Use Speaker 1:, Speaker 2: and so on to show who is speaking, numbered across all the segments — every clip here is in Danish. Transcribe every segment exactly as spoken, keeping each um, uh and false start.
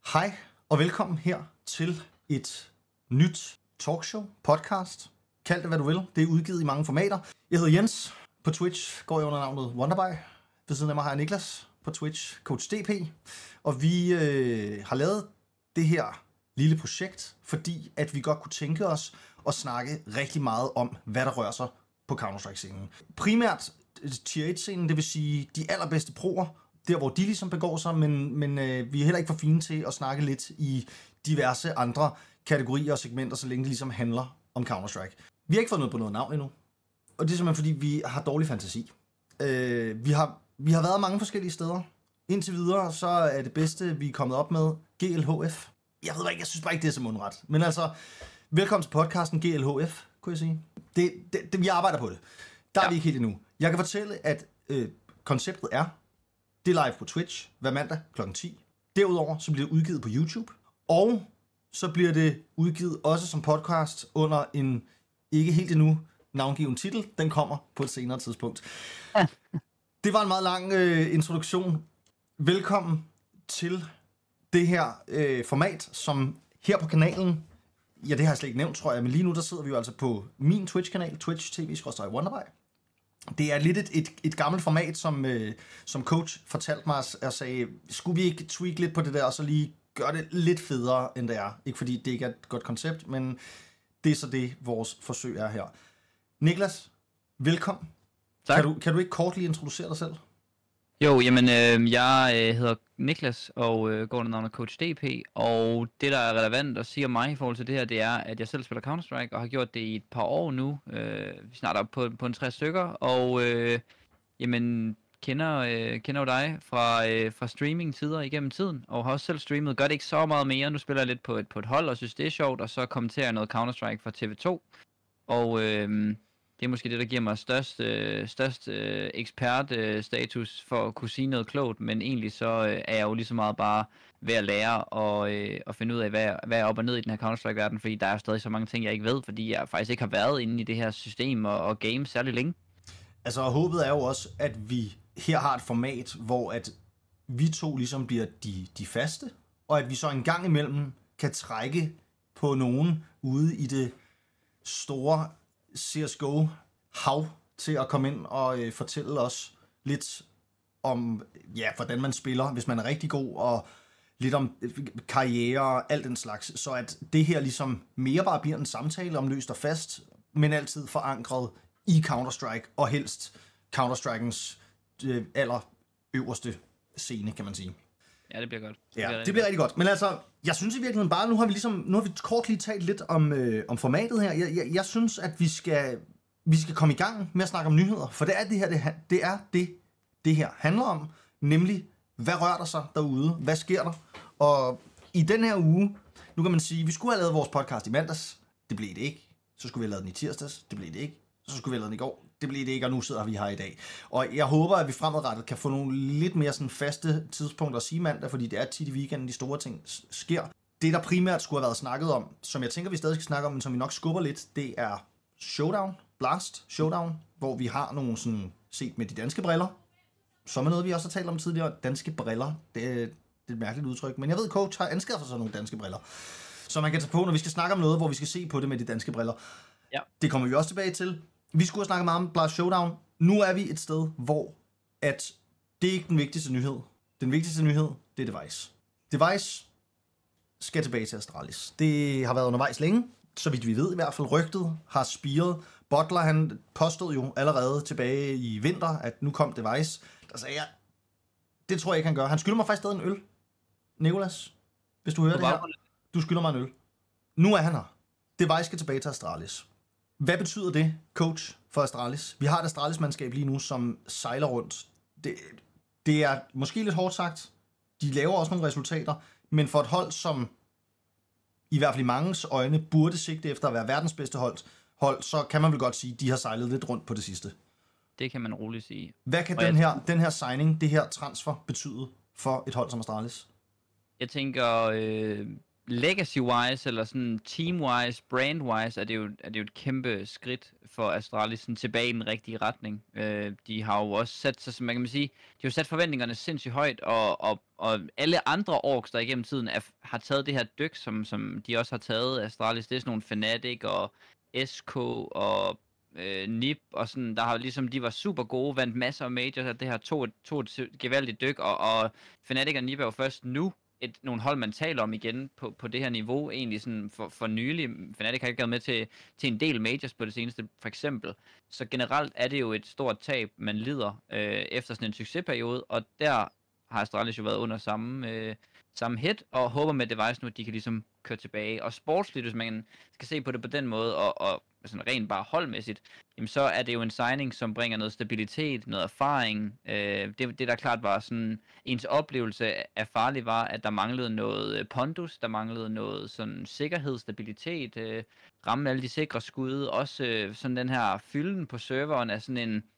Speaker 1: Hej og velkommen her til et nyt talkshow, podcast. Kald det hvad du vil. Det er udgivet i mange formater. Jeg hedder Jens. På Twitch går jeg under navnet Wonderby. Ved siden af mig har jeg Niklas på Twitch, Coach D P. Og vi øh, har lavet det her lille projekt, fordi at vi godt kunne tænke os at snakke rigtig meget om, hvad der rører sig på Counter-Strike-scenen. Primært tier et-scenen, det vil sige de allerbedste proer, der hvor de ligesom begår sig, men, men øh, vi er heller ikke for fine til at snakke lidt i diverse andre kategorier og segmenter, så længe det ligesom handler om Counter-Strike. Vi har ikke fået noget på noget navn endnu, og det er simpelthen fordi, vi har dårlig fantasi. Øh, vi, har, vi har været mange forskellige steder. Indtil videre, så er det bedste, vi er kommet op med, G L H F. Jeg ved ikke, jeg synes bare ikke, det er så mundret. Men altså, velkommen til podcasten G L H F, kunne jeg sige. Det, det, det, vi arbejder på det. Der er ja. vi ikke helt endnu. Jeg kan fortælle, at øh, konceptet er, det er live på Twitch hver mandag klokken ti. Derudover så bliver det udgivet på YouTube. Og så bliver det udgivet også som podcast under en ikke helt endnu navngiven titel. Den kommer på et senere tidspunkt. Det var en meget lang øh, introduktion. Velkommen til det her øh, format, som her på kanalen, ja det har jeg slet ikke nævnt, tror jeg, men lige nu der sidder vi jo altså på min Twitch-kanal, Twitch T V skråstreg Wonderby. Det er lidt et, et, et gammelt format, som, øh, som coach fortalte mig og sagde, skulle vi ikke tweak lidt på det der, og så lige gøre det lidt federe, end det er. Ikke fordi det ikke er et godt koncept, men det er så det, vores forsøg er her. Niklas, velkommen.
Speaker 2: Tak.
Speaker 1: Kan du, kan du ikke kort lige introducere dig selv?
Speaker 2: Jo, jamen, øh, jeg øh, hedder Niklas og øh, går under navnet Coach D P, og det, der er relevant at sige om mig i forhold til det her, det er, at jeg selv spiller Counter-Strike, og har gjort det i et par år nu. Øh, vi snart op på, på en tres stykker, og øh, jamen, kender, øh, kender jo dig fra, øh, fra streaming-tider igennem tiden, og har også selv streamet. Gør det ikke så meget mere. Nu spiller jeg lidt på et, på et hold, og synes det er sjovt, og så kommenterer jeg noget Counter-Strike fra T V to, og øh, det er måske det, der giver mig størst, øh, størst øh, ekspertstatus øh, for at kunne sige noget klogt, men egentlig så øh, er jeg jo lige så meget bare ved at lære og, øh, og finde ud af, hvad, jeg, hvad jeg er op og ned i den her Counter-Strike-verden, fordi der er stadig så mange ting, jeg ikke ved, fordi jeg faktisk ikke har været inde i det her system og, og game særlig længe.
Speaker 1: Altså, håbet er jo også, at vi her har et format, hvor at vi to ligesom bliver de, de faste, og at vi så en gang imellem kan trække på nogen ude i det store C S G O-hav til at komme ind og øh, fortælle os lidt om, ja, hvordan man spiller, hvis man er rigtig god, og lidt om øh, karriere og alt den slags, så at det her ligesom mere bare bliver en samtale om løst og fast, men altid forankret i Counter-Strike, og helst Counter-Strikens øh, aller øverste scene, kan man sige.
Speaker 2: Ja, det bliver godt.
Speaker 1: Det ja, bliver det bliver rigtig godt. Men altså, jeg synes i virkeligheden bare, nu har vi ligesom, nu har vi kort lige talt lidt om, øh, om formatet her. Jeg, jeg, jeg synes, at vi skal, vi skal komme i gang med at snakke om nyheder, for det er det her, det, det er det, det her handler om, nemlig, hvad rører der sig derude? Hvad sker der? Og i den her uge, nu kan man sige, vi skulle have lavet vores podcast i mandags, det blev det ikke. Så skulle vi have lavet den i tirsdags, det blev det ikke. Så skulle vi have lavet den i går, det blev det ikke, og nu sidder vi her i dag. Og jeg håber, at vi fremadrettet kan få nogle lidt mere sådan faste tidspunkter at sige mandag, fordi det er tit i weekenden, de store ting sker. Det, der primært skulle have været snakket om, som jeg tænker, vi stadig skal snakke om, men som vi nok skubber lidt, det er Showdown, Blast Showdown, hvor vi har nogle sådan, set med de danske briller, som er noget, vi også har talt om tidligere. Danske briller, det er, det er et mærkeligt udtryk, men jeg ved, Coach har anskaffet sig nogle danske briller, så man kan tage på, når vi skal snakke om noget, hvor vi skal se på det med de danske briller.
Speaker 2: Ja. Det
Speaker 1: kommer vi også tilbage til. Vi skulle have snakket meget om Blast Showdown. Nu er vi et sted, hvor at det er ikke den vigtigste nyhed. Den vigtigste nyhed, det er Device. Device skal tilbage til Astralis. Det har været undervejs længe, så vidt vi ved i hvert fald. Rygtet har spiret. Butler, han påstod jo allerede tilbage i vinter, at nu kom Device. Der sagde jeg, det tror jeg ikke, han gør. Han skylder mig faktisk stadig en øl. Nicolas, hvis du hører det her, du skylder mig en øl. Nu er han her. Device skal tilbage til Astralis. Hvad betyder det, coach, for Astralis? Vi har et Astralis-mandskab lige nu, som sejler rundt. Det, det er måske lidt hårdt sagt. De laver også nogle resultater, men for et hold, som i hvert fald i manges øjne burde sigte efter at være verdens bedste hold, hold, så kan man vel godt sige, at de har sejlet lidt rundt på det sidste.
Speaker 2: Det kan man roligt sige.
Speaker 1: Hvad kan den her, den her signing, det her transfer betyde for et hold som Astralis?
Speaker 2: Jeg tænker, øh, legacy-wise, eller sådan team-wise, brand-wise, er det, jo, er det jo et kæmpe skridt for Astralis sådan tilbage i den rigtige retning. Øh, de har jo også sat sig, som man kan sige, de har jo sat forventningerne sindssygt højt, og, og, og alle andre orks, der igennem tiden er, har taget det her dyk, som, som de også har taget Astralis, det er sådan nogle Fnatic og S K og øh, N I P, og sådan, der har ligesom, de var super gode, vandt masser af majors, og det her tog, tog et gevaldigt dyk, og, og Fnatic og N I P er jo først nu et, nogle hold, man taler om igen på, på det her niveau, egentlig sådan for, for nylig. Fnatic har ikke gået med til, til en del majors på det seneste, for eksempel. Så generelt er det jo et stort tab, man lider øh, efter sådan en succesperiode, og der har Astralis jo været under samme, øh, samme hit, og håber med Device nu, at de kan ligesom køre tilbage. Og sportsligt, hvis man skal se på det på den måde, og, og sådan rent bare holdmæssigt, jamen så er det jo en signing, som bringer noget stabilitet, noget erfaring. Øh, det, det der klart var sådan, ens oplevelse af Farlig var, at der manglede noget pondus, der manglede noget sådan sikkerhed, stabilitet, øh, ramme alle de sikre skud, også øh, sådan den her fylden på serveren af sådan en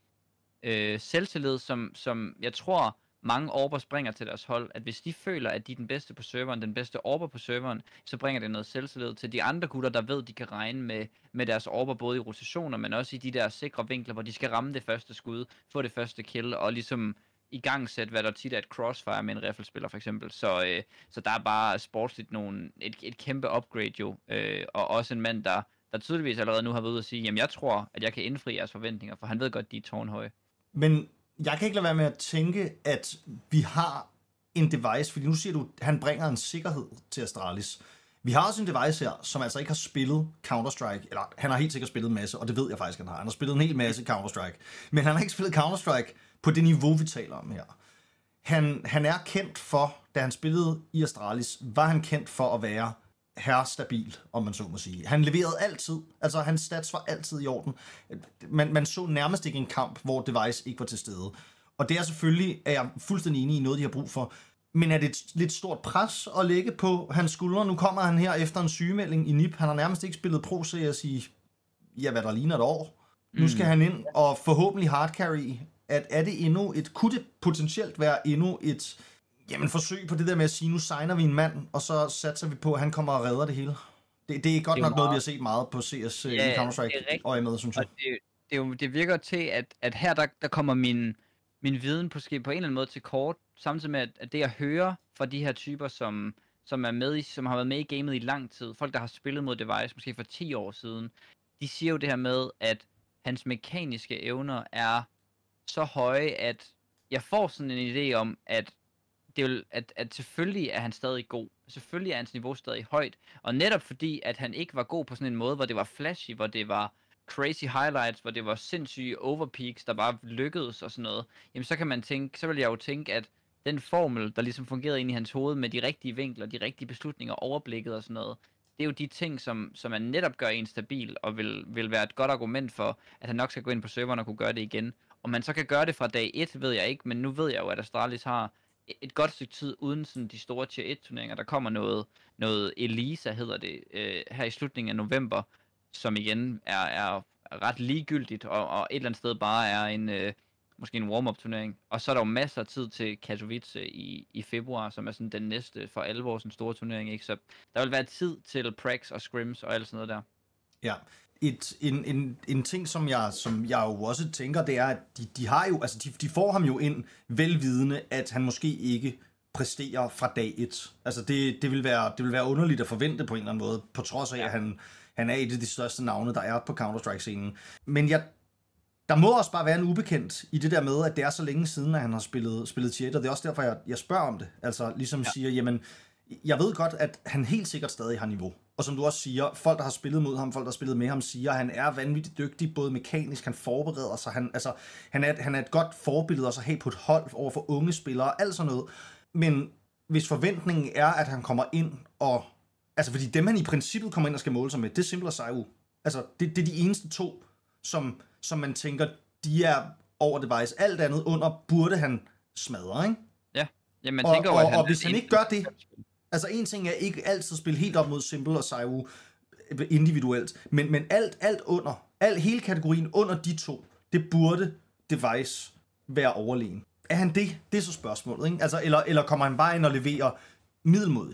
Speaker 2: øh, selvtillid, som, som jeg tror, mange orbers bringer til deres hold, at hvis de føler, at de er den bedste på serveren, den bedste orber på serveren, så bringer det noget selvtillid til de andre gutter, der ved, de kan regne med, med deres orber, både i rotationer, men også i de der sikre vinkler, hvor de skal ramme det første skud, få det første kill, og ligesom i gang sætte, hvad der tit er et crossfire med en riflespiller for eksempel. Så, øh, så der er bare sportsligt nogle, et, et kæmpe upgrade jo, øh, og også en mand, der, der tydeligvis allerede nu har været ude at sige, jamen jeg tror, at jeg kan indfri jeres forventninger, for han ved godt, de er tårnhøje.
Speaker 1: Men jeg kan ikke lade være med at tænke, at vi har en device, fordi nu siger du, at han bringer en sikkerhed til Astralis. Vi har også en device her, som altså ikke har spillet Counter-Strike, eller han har helt sikkert spillet en masse, og det ved jeg faktisk, han har. Han har spillet en hel masse Counter-Strike, men han har ikke spillet Counter-Strike på det niveau, vi taler om her. Han, han er kendt for, da han spillede i Astralis, var han kendt for at være herrestabil, om man så må sige. Han leverede altid, altså hans stats var altid i orden. Man, man så nærmest ikke en kamp, hvor Device ikke var til stede. Og det er selvfølgelig, er jeg fuldstændig enig i noget, de har brug for. Men er det et lidt stort pres at lægge på hans skuldre? Nu kommer han her efter en sygemelding i N I P. Han har nærmest ikke spillet pro C S i, ja, hvad der ligner et år. Mm. Nu skal han ind og forhåbentlig hardcarry. At er det endnu et, kunne det potentielt være endnu et Jamen forsøg på det der med at sige, nu signer vi en mand, og så satser vi på, at han kommer og redder det hele. Det, det er godt det er nok meget... noget, vi har set meget på C S ja, i Counter-Strike og med, synes jeg.
Speaker 2: Det, det, jo, det virker til, at, at her der, der kommer min, min viden på, på en eller anden måde til kort, samtidig med, at det jeg hører fra de her typer, som, som, er med i, som har været med i gamet i lang tid, folk der har spillet mod Device, måske for ti år siden, de siger jo det her med, at hans mekaniske evner er så høje, at jeg får sådan en idé om, at det vil, at, at selvfølgelig er han stadig god. Selvfølgelig er hans niveau stadig højt. Og netop fordi, at han ikke var god på sådan en måde, hvor det var flashy, hvor det var crazy highlights, hvor det var sindssyge overpeaks, der bare lykkedes og sådan noget, jamen så kan man tænke, så vil jeg jo tænke, at den formel, der ligesom fungerede ind i hans hoved med de rigtige vinkler, de rigtige beslutninger, overblikket og sådan noget, det er jo de ting, som, som man netop gør en stabil, og vil, vil være et godt argument for, at han nok skal gå ind på serveren og kunne gøre det igen. Om man så kan gøre det fra dag et, ved jeg ikke, men nu ved jeg jo, at Astralis har et godt stykke tid uden sådan de store tier et turneringer. Der kommer noget, noget Elisa hedder det, øh, her i slutningen af november, som igen er, er ret ligegyldigt, og, og et eller andet sted bare er en, øh, måske en warm-up turnering. Og så er der jo masser af tid til Katowice i, i februar, som er sådan den næste for alvor sådan store turnering, ikke? Så der vil være tid til Prax og Scrims og alt sådan noget der.
Speaker 1: Ja. Et, en, en, en ting, som jeg, som jeg jo også tænker, det er, at de, de har jo, altså de, de får ham jo ind velvidende, at han måske ikke præsterer fra dag et. Altså det, det, vil være, det vil være underligt at forvente på en eller anden måde, på trods af, ja. at han, han er et af de største navne, der er på Counter-Strike-scenen. Men jeg, der må også bare være en ubekendt i det der med, at det er så længe siden, at han har spillet, spillet tier et, og det er også derfor, jeg, jeg spørger om det. Altså ligesom ja. siger, jamen, jeg ved godt, at han helt sikkert stadig har niveau. Og som du også siger, folk, der har spillet mod ham, folk, der har spillet med ham, siger, at han er vanvittigt dygtig, både mekanisk, han forbereder sig, han, altså, han, er, han er et godt forbillede også at have på et hold over for unge spillere, alt sådan noget. Men hvis forventningen er, at han kommer ind og... Altså, fordi dem, han i princippet kommer ind og skal måle sig med, det er Simple og Saiwu. Altså, det, det er de eneste to, som, som man tænker, de er over Device. Alt andet under burde han smadre, ikke?
Speaker 2: Ja, ja man
Speaker 1: og,
Speaker 2: tænker
Speaker 1: og,
Speaker 2: jo, at han...
Speaker 1: Og hvis han ikke gør det... Altså en ting er ikke altid spille helt op mod Simple og Saiwu individuelt, men, men alt, alt under, al hele kategorien under de to, det burde Device være overlegen. Er han det? Det er så spørgsmålet, ikke? Altså, eller, eller kommer han bare ind og leverer middelmodigt?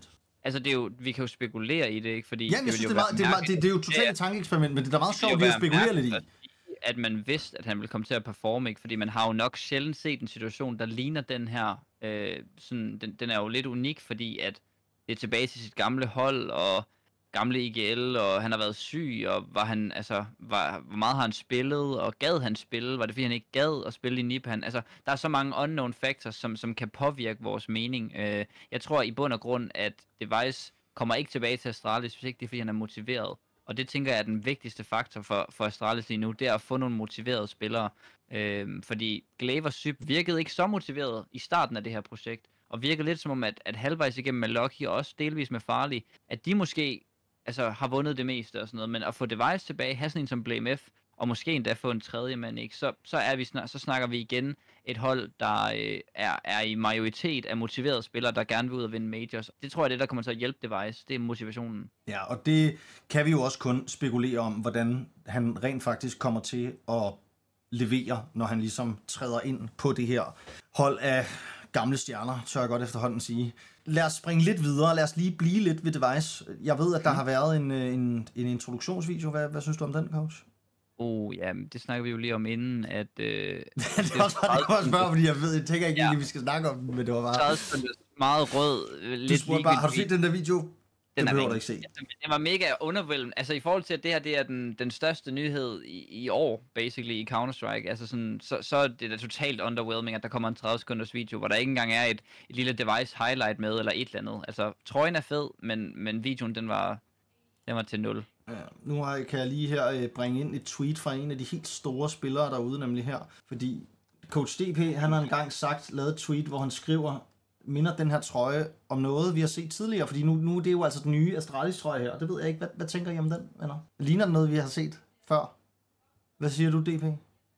Speaker 2: Altså, det er jo, vi kan jo spekulere i det, ikke? Fordi
Speaker 1: Jamen, jeg synes, det, det, er meget, det, er meget, det, det er jo totalt et tankeeksperiment, men det er da meget sjovt lige at spekulere lidt i.
Speaker 2: At man vidste, at han ville komme til at performe, ikke? Fordi man har jo nok sjældent set en situation, der ligner den her. Øh, sådan, den, den er jo lidt unik, fordi at det er tilbage til sit gamle hold, og gamle I G L, og han har været syg, og var han, altså, var, hvor meget har han spillet, og gad han spille? Var det fordi, han ikke gad at spille i N I P? Han, altså, der er så mange unknown factors, som, som kan påvirke vores mening. Øh, jeg tror i bund og grund, at Device kommer ikke tilbage til Astralis, hvis ikke det er, fordi han er motiveret. Og det tænker jeg er den vigtigste faktor for, for Astralis lige nu, det er at få nogle motiverede spillere. Øhm, fordi Glaive og Syb virkede ikke så motiveret i starten af det her projekt, og virkede lidt som om, at, at halvvejs igennem med Lucky og også delvis med Farlig, at de måske altså, har vundet det meste og sådan noget, men at få Device tilbage, have sådan en som Blame F, og måske endda få en tredje mand, ikke? Så, så, er vi snak, så snakker vi igen et hold, der øh, er, er i majoritet af motiverede spillere, der gerne vil ud og vinde majors. Det tror jeg, det der kommer til at hjælpe Device, det er motivationen.
Speaker 1: Ja, og det kan vi jo også kun spekulere om, hvordan han rent faktisk kommer til at levere, når han ligesom træder ind på det her hold af gamle stjerner, tør jeg godt efterhånden sige. Lad os springe lidt videre, lad os lige blive lidt ved Device. Jeg ved, at der mm. har været en, en, en introduktionsvideo. Hvad, hvad synes du om den, coach?
Speaker 2: Oh, ja, det snakker vi jo lige om inden, at... Øh,
Speaker 1: det er også bare det, jeg spørge, fordi jeg ved, jeg tænker ikke ja. Egentlig, vi skal snakke om den, men det var bare...
Speaker 2: Så meget rød, lidt
Speaker 1: du bare, har du set den der video?
Speaker 2: Den
Speaker 1: behøver du ikke se.
Speaker 2: Den var mega undervældende. Altså i forhold til, at det her det er den, den største nyhed i, i år, basically, i Counter-Strike. Altså sådan, så, så er det da totalt underwhelming, at der kommer en tredive sekunders video, hvor der ikke engang er et, et lille device highlight med, eller et eller andet. Altså, trøjen er fed, men, men videoen, den var, den var til nul.
Speaker 1: Ja, nu har, kan jeg lige her bringe ind et tweet fra en af de helt store spillere derude, nemlig her. Fordi Coach D P, han har engang sagt, lavet et tweet, hvor han skriver, minder den her trøje om noget, vi har set tidligere, fordi nu, nu det er jo altså den nye Astralis trøje her, og det ved jeg ikke, hvad, hvad tænker I om den, venner? Ligner den noget, vi har set før? Hvad siger du, D P?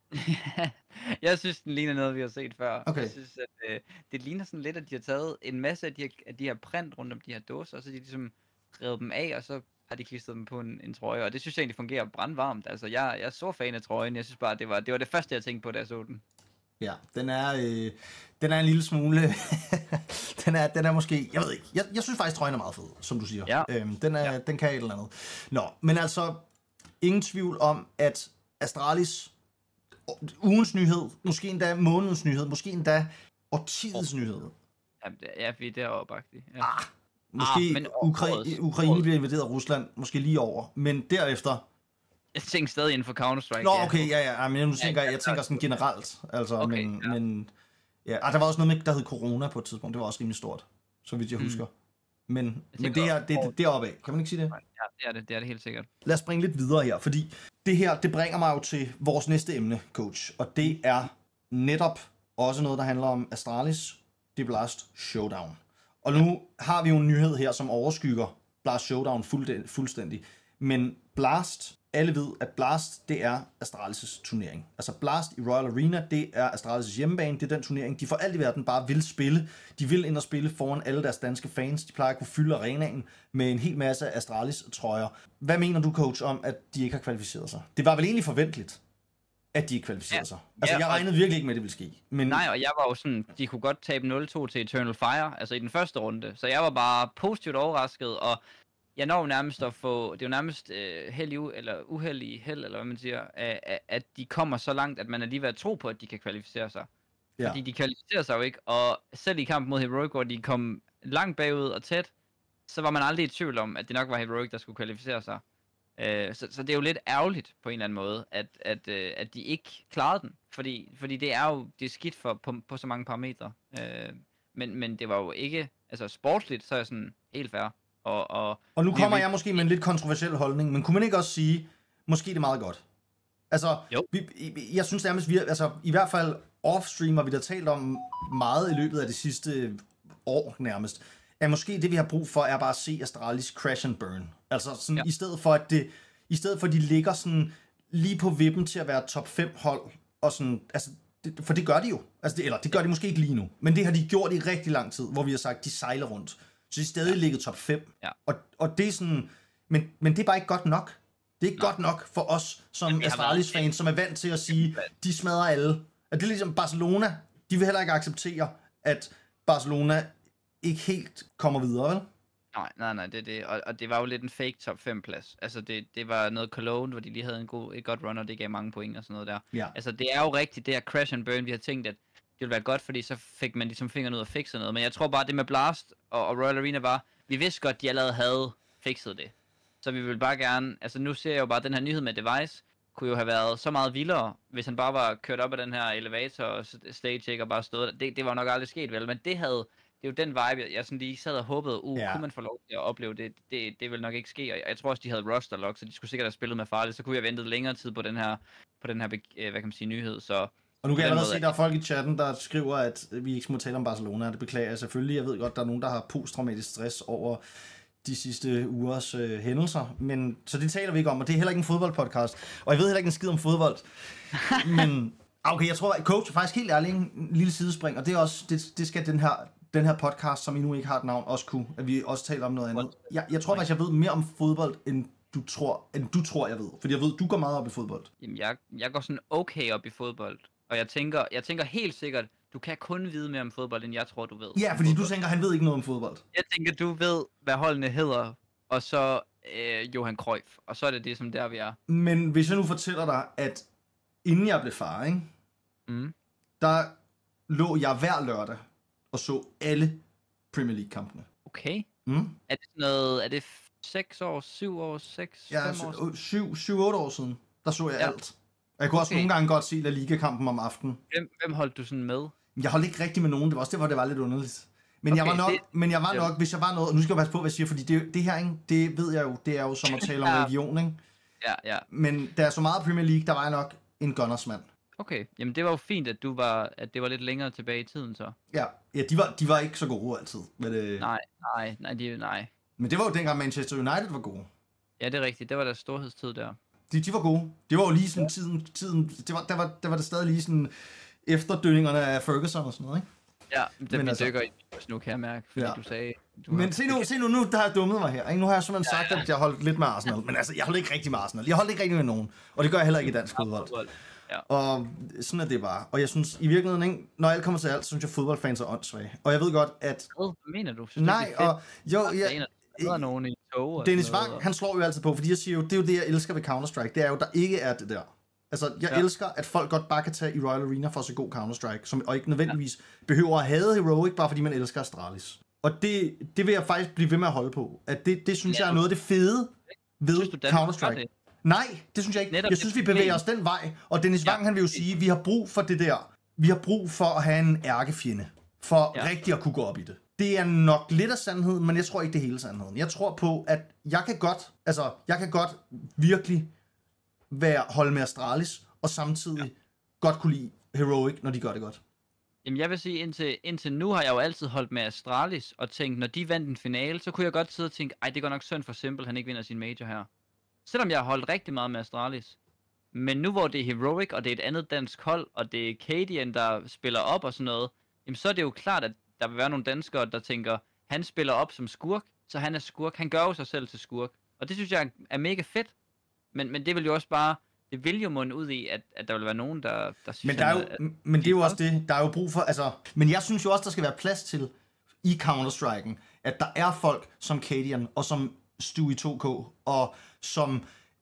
Speaker 2: Jeg synes, den ligner noget, vi har set før.
Speaker 1: Okay.
Speaker 2: Jeg synes, at øh, det ligner sådan lidt, at de har taget en masse af de her, af de her print rundt om de her dåser, og så har de ligesom revet dem af, og så har de klistret dem på en, en trøje, og det synes jeg egentlig fungerer brandvarmt. Altså, jeg, jeg er så fan af trøjen, jeg synes bare, det var det, var det første, jeg tænkte på, da jeg så den.
Speaker 1: Ja, den er, øh, den er en lille smule, den, er, den er måske, jeg ved ikke, jeg, jeg synes faktisk, trøjen er meget fed, som du siger.
Speaker 2: Ja.
Speaker 1: Øhm, den, er,
Speaker 2: ja.
Speaker 1: den kan et eller andet. Nå, men altså, ingen tvivl om, at Astralis, ugens nyhed, måske endda månedens nyhed, måske endda årtidets oh. nyhed.
Speaker 2: Ja, vi er deroppe-agtigt. Ja.
Speaker 1: Ah, måske ah, men Ukra- Ukraine bliver invaderet af Rusland, måske lige over, men derefter...
Speaker 2: Jeg tænker stadig inden for Counter-Strike.
Speaker 1: Nå, okay, ja, ja, men nu tænker jeg, jeg tænker sådan generelt, altså, okay, men, ja. men ja, ah, der var også noget med, der hed corona på et tidspunkt, det var også rimelig stort, så vidt jeg husker. Mm. Men, men det er det, det deroppe af, kan man ikke sige det?
Speaker 2: Ja, det er det, det er det helt sikkert.
Speaker 1: Lad os springe lidt videre her, fordi det her, det bringer mig jo til vores næste emne, coach, og det er netop også noget, der handler om Astralis, det er Blast Showdown. Og nu har vi jo en nyhed her, som overskygger Blast Showdown fuldstændig, men Blast... Alle ved, at Blast, det er Astralis' turnering. Altså Blast i Royal Arena, det er Astralis' hjemmebane, det er den turnering, de for alt i verden bare vil spille. De vil ind og spille foran alle deres danske fans. De plejer at kunne fylde arenaen med en hel masse Astralis-trøjer. Hvad mener du, coach, om, at de ikke har kvalificeret sig? Det var vel egentlig forventeligt, at de ikke kvalificerede ja. sig. Altså, ja, jeg regnede virkelig ikke med, at det ville ske. Men...
Speaker 2: Nej, og jeg var jo sådan, de kunne godt tabe nul to til Eternal Fire, altså i den første runde. Så jeg var bare positivt overrasket, og jeg når jo nærmest at få, det er jo nærmest øh, held i, eller uheld i held, eller hvad man siger, at, at de kommer så langt, at man er lige ved at tro på, at de kan kvalificere sig. Ja. Fordi de kvalificerer sig jo ikke, og selv i kampen mod Heroic, hvor de kom langt bagud og tæt, så var man aldrig i tvivl om, at det nok var Heroic, der skulle kvalificere sig. Øh, så, så det er jo lidt ærgerligt på en eller anden måde, at, at, øh, at de ikke klarede den, fordi, fordi det er jo det er skidt for, på, på så mange parametre. Øh, men, men det var jo ikke, altså sportsligt, så er jeg sådan helt fair. Og, og,
Speaker 1: og nu kommer jeg måske med en lidt kontroversiel holdning, men kunne man ikke også sige, måske det er meget godt? Altså, vi, jeg synes nærmest, vi, altså, i hvert fald off-stream har vi da talt om meget i løbet af det sidste år nærmest, at måske det vi har brug for er bare at se Astralis crash and burn. Altså sådan, ja. i stedet for at det, i stedet for at de ligger sådan lige på vippen til at være top fem hold, og sådan, altså, det, for det gør de jo. Altså, det, eller det gør de måske ikke lige nu, men det har de gjort i rigtig lang tid, hvor vi har sagt, de sejler rundt. Så de er stadig ja. ligget top fem.
Speaker 2: Ja.
Speaker 1: Og, og det er sådan... Men, men det er bare ikke godt nok. Det er ikke Nej. godt nok for os som Astralis-fans, som er vant til at sige, de smadrer alle. At det er ligesom Barcelona. De vil heller ikke acceptere, at Barcelona ikke helt kommer videre, vel?
Speaker 2: Nej, nej, nej, det er det. Og, og det var jo lidt en fake top fem plads. Altså, det, det var noget Cologne, hvor de lige havde en god, et godt run, og det gav mange point og sådan noget der.
Speaker 1: Ja.
Speaker 2: Altså, det er jo rigtigt, det her crash and burn, vi har tænkt, at det ville være godt, fordi så fik man ligesom fingeren ud og fikset noget. Men jeg tror bare, det med Blast og, og Royal Arena var, vi vidste godt, de allerede havde fikset det. Så vi ville bare gerne, altså nu ser jeg jo bare, den her nyhed med Device, kunne jo have været så meget vildere, hvis han bare var kørt op ad den her elevator og stage, ikke, og bare stået der. Det, det var nok aldrig sket, vel? Men det havde, det er jo den vibe, jeg, jeg sådan lige sad og håbede, uh, ja. Kunne man få lov til at opleve det? Det, det vil nok ikke ske, og jeg tror også, de havde roster lock, så de skulle sikkert have spillet med farligt, så kunne jeg have ventet længere tid på den her, på den her, hvad kan man sige, nyhed, så...
Speaker 1: Og nu kan jeg allerede se, at der er folk i chatten, der skriver, at vi ikke må tale om Barcelona, det beklager jeg selvfølgelig. Jeg ved godt, der er nogen, der har posttraumatisk stress over de sidste ugers øh, hændelser, men så det taler vi ikke om, og det er heller ikke en fodboldpodcast, og jeg ved heller ikke en skid om fodbold, men okay, jeg tror, at coach er faktisk helt ærlig en lille sidespring, og det er også, det, det skal den her, den her podcast, som I nu ikke har et navn, også kunne, at vi også taler om noget andet. Jeg, jeg tror faktisk, jeg ved mere om fodbold, end du tror, end du tror, jeg ved, fordi jeg ved, du går meget op i fodbold.
Speaker 2: Jamen, jeg, jeg går sådan okay op i fodbold, og jeg tænker, jeg tænker helt sikkert, du kan kun vide mere om fodbold, end jeg tror, du ved.
Speaker 1: Ja, fordi du tænker, han ved ikke noget om fodbold.
Speaker 2: Jeg tænker, du ved, hvad holdene hedder, og så øh, Johan Cruyff, og så er det det, som der vi er.
Speaker 1: Men hvis jeg nu fortæller dig, at inden jeg blev far, ikke,
Speaker 2: mm.
Speaker 1: der lå jeg hver lørdag og så alle Premier League-kampene.
Speaker 2: Okay.
Speaker 1: Mm.
Speaker 2: Er det sådan noget, er det seks år, syv år, seks,
Speaker 1: ja,
Speaker 2: fem år siden?
Speaker 1: syv, syv, otte år siden, der så jeg ja. alt. Og jeg kunne
Speaker 2: okay.
Speaker 1: også nogle gange godt se La Liga-kampen om aftenen.
Speaker 2: Hvem, hvem holdt du sådan med?
Speaker 1: Jeg holdt ikke rigtig med nogen, det var også det, hvor det var lidt underligt. Men okay, jeg var nok, det, men jeg var nok, ja. hvis jeg var noget, nu skal jeg passe på, hvad jeg siger, fordi det, det her, ikke, det ved jeg jo, det er jo som at tale om religion, ikke?
Speaker 2: Ja, ja.
Speaker 1: Men da jeg så meget Premier League, der var jeg nok en Gunners-mand.
Speaker 2: Okay, jamen det var jo fint, at du var, at det var lidt længere tilbage i tiden så.
Speaker 1: Ja, ja de, var, de var ikke så gode altid. Men det...
Speaker 2: Nej, nej, nej, de, nej.
Speaker 1: Men det var jo dengang Manchester United var gode.
Speaker 2: Ja, det er rigtigt, det var deres storhedstid der.
Speaker 1: De, de var gode. Det var jo lige sådan ja. tiden, tiden det var, der, var, der var det stadig lige sådan efterdønningerne af Ferguson og sådan noget, ikke?
Speaker 2: Ja, det bliver altså, dykker i nu, kan jeg mærke, fordi ja. du sagde... Du
Speaker 1: men har... se nu, se nu, nu der har jeg dummet mig her, ikke? Nu har jeg simpelthen sagt, ja, ja. at jeg holdt lidt med Arsenal, men altså, jeg holdt ikke rigtig med Arsenal. Jeg holdt ikke rigtig med nogen, og det gør jeg heller ikke i dansk fodbold.
Speaker 2: Ja.
Speaker 1: Og sådan er det bare. Og jeg synes, i virkeligheden, ikke, når alt kommer til alt, så synes jeg, fodboldfans er åndssvage. Og jeg ved godt, at...
Speaker 2: Hvad mener du? Synes
Speaker 1: nej, og... Jo, jeg...
Speaker 2: Der er nogen i tog.
Speaker 1: Dennis Wang, han slår jo altid på, fordi jeg siger jo, det er jo det, jeg elsker ved Counter-Strike, det er jo, der ikke er det der. Altså, jeg ja. elsker, at folk godt bare kan tage i Royal Arena for at se god Counter-Strike, som, og ikke nødvendigvis ja. behøver at have Heroic, bare fordi man elsker Astralis. Og det, det vil jeg faktisk blive ved med at holde på. At det, det synes ja, jeg er noget af det fede ved Counter-Strike. Nej, det synes jeg ikke. Netop jeg synes, vi bevæger os den vej, og Dennis Wang, ja. han vil jo sige, at vi har brug for det der. Vi har brug for at have en ærkefjende, for ja. rigtig at kunne gå op i det. Det er nok lidt af sandheden, men jeg tror ikke, det er hele sandheden. Jeg tror på, at jeg kan godt, altså, jeg kan godt virkelig være, holde med Astralis, og samtidig ja. godt kunne lide Heroic, når de gør det godt.
Speaker 2: Jamen jeg vil sige, indtil, indtil nu har jeg jo altid holdt med Astralis, og tænkt, når de vandt en finale, så kunne jeg godt sidde og tænke, ej, det går nok synd for Simple, han ikke vinder sin major her. Selvom jeg har holdt rigtig meget med Astralis. Men nu hvor det er Heroic, og det er et andet dansk hold, og det er Cadian, der spiller op og sådan noget, jamen så er det jo klart, at der vil være nogle danskere, der tænker, han spiller op som skurk, så han er skurk. Han gør jo sig selv til skurk. Og det synes jeg er mega fedt. Men, men det vil jo også bare, det vil jo munde ud i, at, at der vil være nogen, der, der synes...
Speaker 1: Men, der er jo, at, men det er jo også det, der er jo brug for, altså... Men jeg synes jo også, der skal være plads til i Counter-Strike'en, at der er folk som Cadian, og som Stewie to K, og som...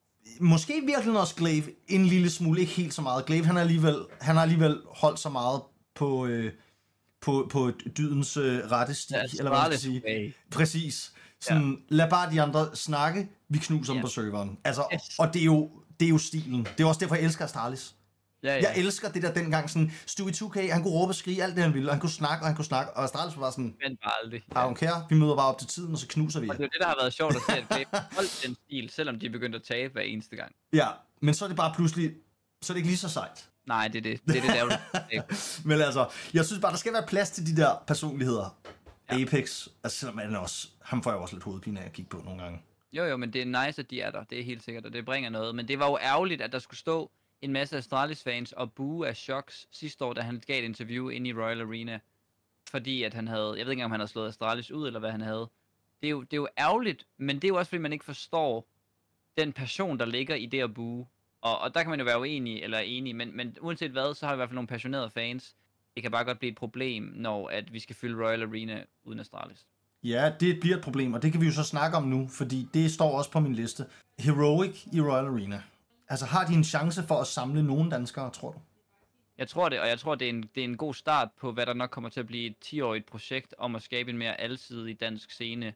Speaker 1: Måske virkelig også Glaive en lille smule, ikke helt så meget. Glaive, han, er alligevel, han har alligevel holdt så meget på... Øh, På, på dydens øh, rette sti, ja, eller hvad man skal sige. Okay. Præcis. Sådan, ja. Lad bare de andre snakke, vi knuser ja. dem på serveren. Altså, yes. Og det er, jo, det er jo stilen. Det er også derfor, jeg elsker Astralis. Ja, ja. Jeg elsker det der dengang, sådan, Stewie to K, han kunne råbe og skrige alt det, han ville, og han kunne snakke, og han kunne snakke, og Astralis var sådan,
Speaker 2: men bare aldrig.
Speaker 1: Ja. I don't care, vi møder bare op til tiden, og så knuser vi.
Speaker 2: Og det er jo det, der har været sjovt at se, at Glaive holdt den stil, selvom de begyndte at tabe hver eneste gang.
Speaker 1: Ja, men så er det bare pludselig, så er det ikke lige så sejt.
Speaker 2: Nej, det er det. Det er det, der er
Speaker 1: men altså, jeg synes bare, der skal være plads til de der personligheder. Ja. Apex, altså selvom han også, ham får jeg også lidt hovedpine af at kigge på nogle gange.
Speaker 2: Jo, jo, men det er nice, at de er der. Det er helt sikkert, og det bringer noget. Men det var jo ærgerligt, at der skulle stå en masse Astralis-fans og bue af Shocks sidste år, da han gav et interview inde i Royal Arena. Fordi at han havde, jeg ved ikke engang, om han havde slået Astralis ud, eller hvad han havde. Det er jo, det er jo ærgerligt, men det er jo også, fordi man ikke forstår den passion, der ligger i det at bue. Og, og der kan man jo være uenig eller enig, men, men uanset hvad, så har vi i hvert fald nogle passionerede fans. Det kan bare godt blive et problem, når at vi skal fylde Royal Arena uden Astralis.
Speaker 1: Ja, det bliver et problem, og det kan vi jo så snakke om nu, fordi det står også på min liste. Heroic i Royal Arena. Altså, har de en chance for at samle nogle danskere, tror du?
Speaker 2: Jeg tror det, og jeg tror, det er, en, det er en god start på, hvad der nok kommer til at blive et ti-årigt projekt om at skabe en mere alsidig dansk scene.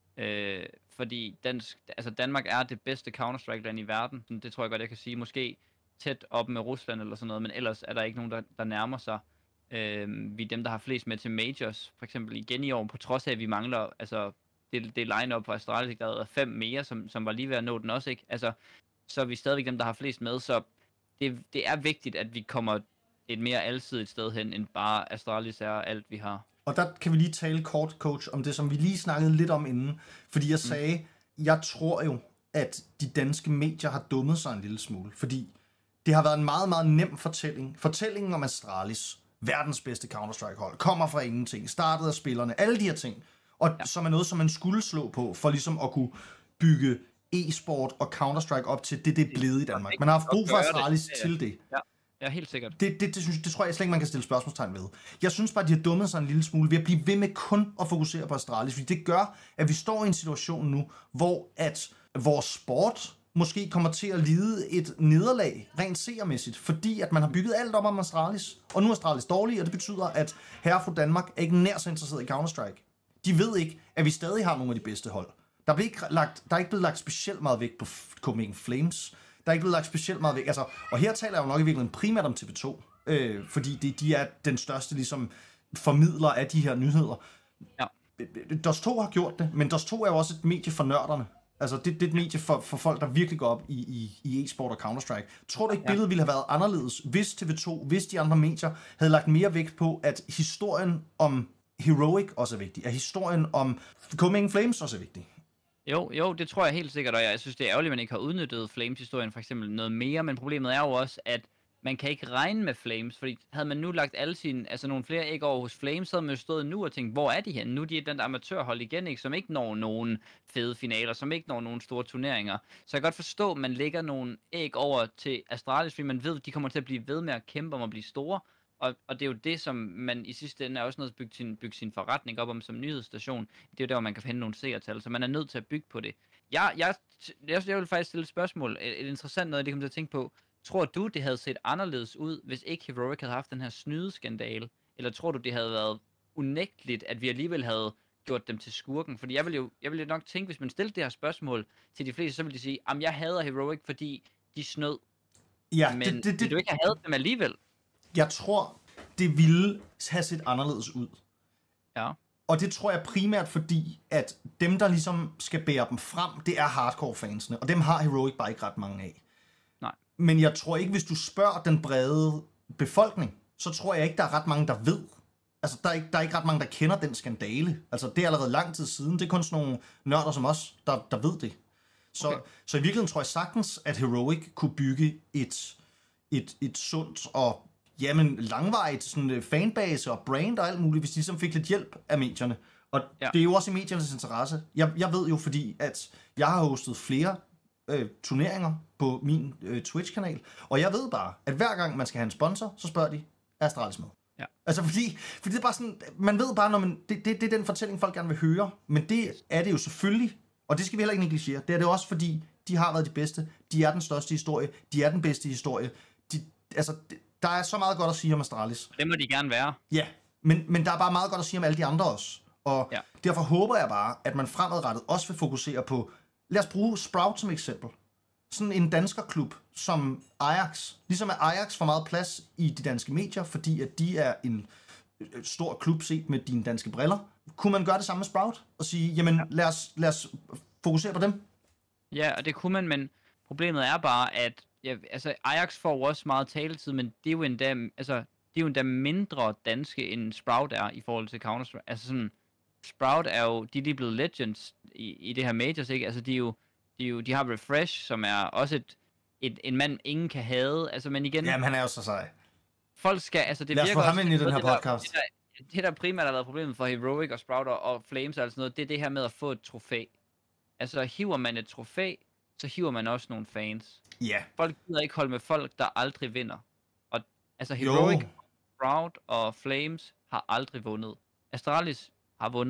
Speaker 2: Øh, fordi dansk, altså Danmark er det bedste Counter-Strike-land i verden. Det tror jeg godt, jeg kan sige. Måske tæt op med Rusland eller sådan noget, men ellers er der ikke nogen, der, der nærmer sig. Øh, vi er dem, der har flest med til Majors, for eksempel igen i år, på trods af, at vi mangler altså, det, det line-up på Astralis, der er fem mere, som, som var lige ved at nå den også, ikke? Altså, så er vi stadigvæk dem, der har flest med, så det, det er vigtigt, at vi kommer et mere alsidigt sted hen, end bare Astralis er alt, vi har.
Speaker 1: Og der kan vi lige tale kort, coach, om det, som vi lige snakkede lidt om inden. Fordi jeg sagde, mm. jeg tror jo, at de danske medier har dummet sig en lille smule. Fordi det har været en meget, meget nem fortælling. Fortællingen om Astralis, verdens bedste Counter-Strike-hold, kommer fra ingenting, startet af spillerne, alle de her ting. Og ja. Som er noget, som man skulle slå på, for ligesom at kunne bygge e-sport og Counter-Strike op til det, det er blevet i Danmark. Man har haft brug for Astralis ja, ja. til det.
Speaker 2: Ja. Ja, helt sikkert.
Speaker 1: Det, det, det, synes, det tror jeg slet ikke, man kan stille spørgsmålstegn ved. Jeg synes bare, de har dummet sig en lille smule ved at blive ved med kun at fokusere på Astralis, fordi det gør, at vi står i en situation nu, hvor at vores sport måske kommer til at lide et nederlag, rent seermæssigt, fordi at man har bygget alt op om Astralis, og nu er Astralis dårlig, og det betyder, at herre fra Danmark er ikke nær så interesseret i Counter-Strike. De ved ikke, at vi stadig har nogle af de bedste hold. Der er, ikke lagt, der er ikke blevet lagt specielt meget vægt på Copenhagen Flames. Der er ikke blevet lagt specielt meget vægt. Altså, og her taler jeg jo nok i virkeligheden primært om T V to, øh, fordi det, de er den største ligesom, formidler af de her nyheder.
Speaker 2: Ja.
Speaker 1: DOS to har gjort det, men DOS to er jo også et medie for nørderne. Altså, det, det er et medie for, for folk, der virkelig går op i, i, i e-sport og Counter-Strike. Tror du ikke, billedet ville have været anderledes, hvis T V to, hvis de andre medier havde lagt mere vægt på, at historien om Heroic også er vigtig, at historien om Copenhagen Flames også er vigtig?
Speaker 2: Jo, jo, det tror jeg helt sikkert, og jeg synes, det er ærgerligt, at man ikke har udnyttet Flames-historien for eksempel noget mere, men problemet er jo også, at man kan ikke regne med Flames, fordi havde man nu lagt alle sine, altså nogle flere æg over hos Flames, så havde man jo stået nu og tænkt, hvor er de henne? Nu er de den der amatørhold igen, ikke, som ikke når nogen fede finaler, som ikke når nogen store turneringer. Så jeg kan godt forstå, at man lægger nogle æg over til Astralis, fordi man ved, at de kommer til at blive ved med at kæmpe om at blive store. Og, og det er jo det, som man i sidste ende er også nødt til at bygge sin, bygge sin forretning op om som nyhedsstation. Det er jo der, hvor man kan finde nogle seertal, så man er nødt til at bygge på det. Jeg, jeg, jeg, jeg vil faktisk stille et spørgsmål, et, et interessant noget, det kommer til at tænke på. Tror du, det havde set anderledes ud, hvis ikke Heroic havde haft den her snydeskandale? Eller tror du, det havde været unægteligt, at vi alligevel havde gjort dem til skurken? Fordi jeg vil jo, jeg vil jo nok tænke, hvis man stillede det her spørgsmål til de fleste, så ville de sige, at jeg hader Heroic, fordi de snød.
Speaker 1: Ja,
Speaker 2: men
Speaker 1: det, det, det,
Speaker 2: vil du ikke have hadet dem alligevel?
Speaker 1: Jeg tror, det ville have set anderledes ud.
Speaker 2: Ja.
Speaker 1: Og det tror jeg primært fordi, at dem, der ligesom skal bære dem frem, det er hardcore-fansene. Og dem har Heroic bare ikke ret mange af.
Speaker 2: Nej.
Speaker 1: Men jeg tror ikke, hvis du spørger den brede befolkning, så tror jeg ikke, der er ret mange, der ved. Altså, der er ikke, der er ikke ret mange, der kender den skandale. Altså, det er allerede lang tid siden. Det er kun sådan nogle nørder som os, der, der ved det. Så, okay. så i virkeligheden tror jeg sagtens, at Heroic kunne bygge et, et, et sundt og jamen, langvarigt sådan fanbase og brand og alt muligt, hvis de ligesom fik lidt hjælp af medierne. Og ja. Det er jo også i mediernes interesse. Jeg, jeg ved jo, fordi at jeg har hostet flere øh, turneringer på min øh, Twitch-kanal, og jeg ved bare, at hver gang man skal have en sponsor, så spørger de, er Astralis med?
Speaker 2: Ja.
Speaker 1: Altså fordi, fordi det er bare sådan, man ved bare, når man, det, det, det er den fortælling, folk gerne vil høre, men det er det jo selvfølgelig, og det skal vi heller ikke negligere. Det er det også, fordi de har været de bedste, de er den største historie, de er den bedste historie, de, altså, det, der er så meget godt at sige om Astralis.
Speaker 2: Det må de gerne være.
Speaker 1: Ja, men, men der er bare meget godt at sige om alle de andre også. Og ja. Derfor håber jeg bare, at man fremadrettet også vil fokusere på, lad os bruge Sprout som eksempel. Sådan en danskerklub som Ajax. Ligesom at Ajax får meget plads i de danske medier, fordi at de er en stor klub set med dine danske briller. Kunne man gøre det samme med Sprout? Og sige, jamen ja. lad, os, lad os fokusere på dem?
Speaker 2: Ja, og det kunne man, men problemet er bare, at ja, altså Ajax får også meget taletid, men det er jo endda, altså, det er jo endda mindre danske, end Sprout er i forhold til Counter-Strike. Altså sådan, Sprout er jo, de er lige blevet legends i, i det her Majors, ikke? Altså de er jo, de, er jo, de har Refresh, som er også et, et, en mand, ingen kan hade. Altså, men igen...
Speaker 1: Jamen, han er jo så sej.
Speaker 2: Folk skal, altså det
Speaker 1: Lad os
Speaker 2: virker
Speaker 1: få ham
Speaker 2: også...
Speaker 1: ind i den her
Speaker 2: det
Speaker 1: podcast.
Speaker 2: Der, det, der, det, der primært har været problemet for Heroic og Sprout og, og Flames og alt sådan noget, det er det her med at få et trofæ. Altså, hiver man et trofæ, så hiver man også nogle fans.
Speaker 1: Ja. Yeah.
Speaker 2: Folk gider ikke holde med folk, der aldrig vinder. Og altså Heroic, Sprout og Flames har aldrig vundet. Astralis har vundet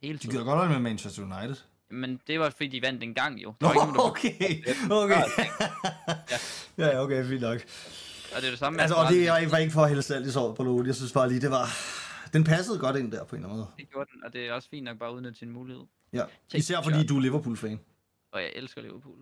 Speaker 2: Hele
Speaker 1: De
Speaker 2: tiden.
Speaker 1: gider godt holde med Manchester United.
Speaker 2: Men det var fordi, de vandt en gang jo.
Speaker 1: Nå, okay, okay.
Speaker 2: Ja.
Speaker 1: Ja, okay, fint nok.
Speaker 2: Og det er det samme med
Speaker 1: Altså, og
Speaker 2: Astralis.
Speaker 1: det var ikke for at hælde salt i såret på Lotte. Jeg synes bare lige, det var... Den passede godt ind der på en eller anden måde.
Speaker 2: Det gjorde den, og det er også fint nok bare at udnytte sin mulighed.
Speaker 1: Ja, især fordi du er Liverpool-fan.
Speaker 2: Og jeg elsker Liverpool.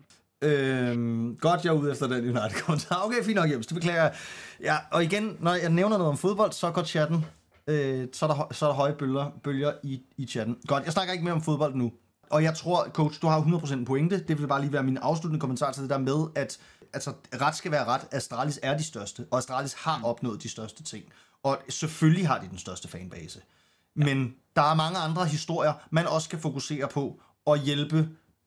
Speaker 1: Øhm, godt, jeg er ude efter den United-kommentar. Okay, fint nok, Jens, det beklager jeg. Ja, og igen, når jeg nævner noget om fodbold, så går chatten. Øh, så, er der, så er der høje bølger, bølger i, i chatten. Godt, jeg snakker ikke mere om fodbold nu. Og jeg tror, coach, du har hundrede procent pointe. Det vil bare lige være min afsluttende kommentar til det der med, at altså, ret skal være ret. Astralis er de største, og Astralis har mm. opnået de største ting. Og selvfølgelig har de den største fanbase. Ja. Men der er mange andre historier, man også skal fokusere på og hjælpe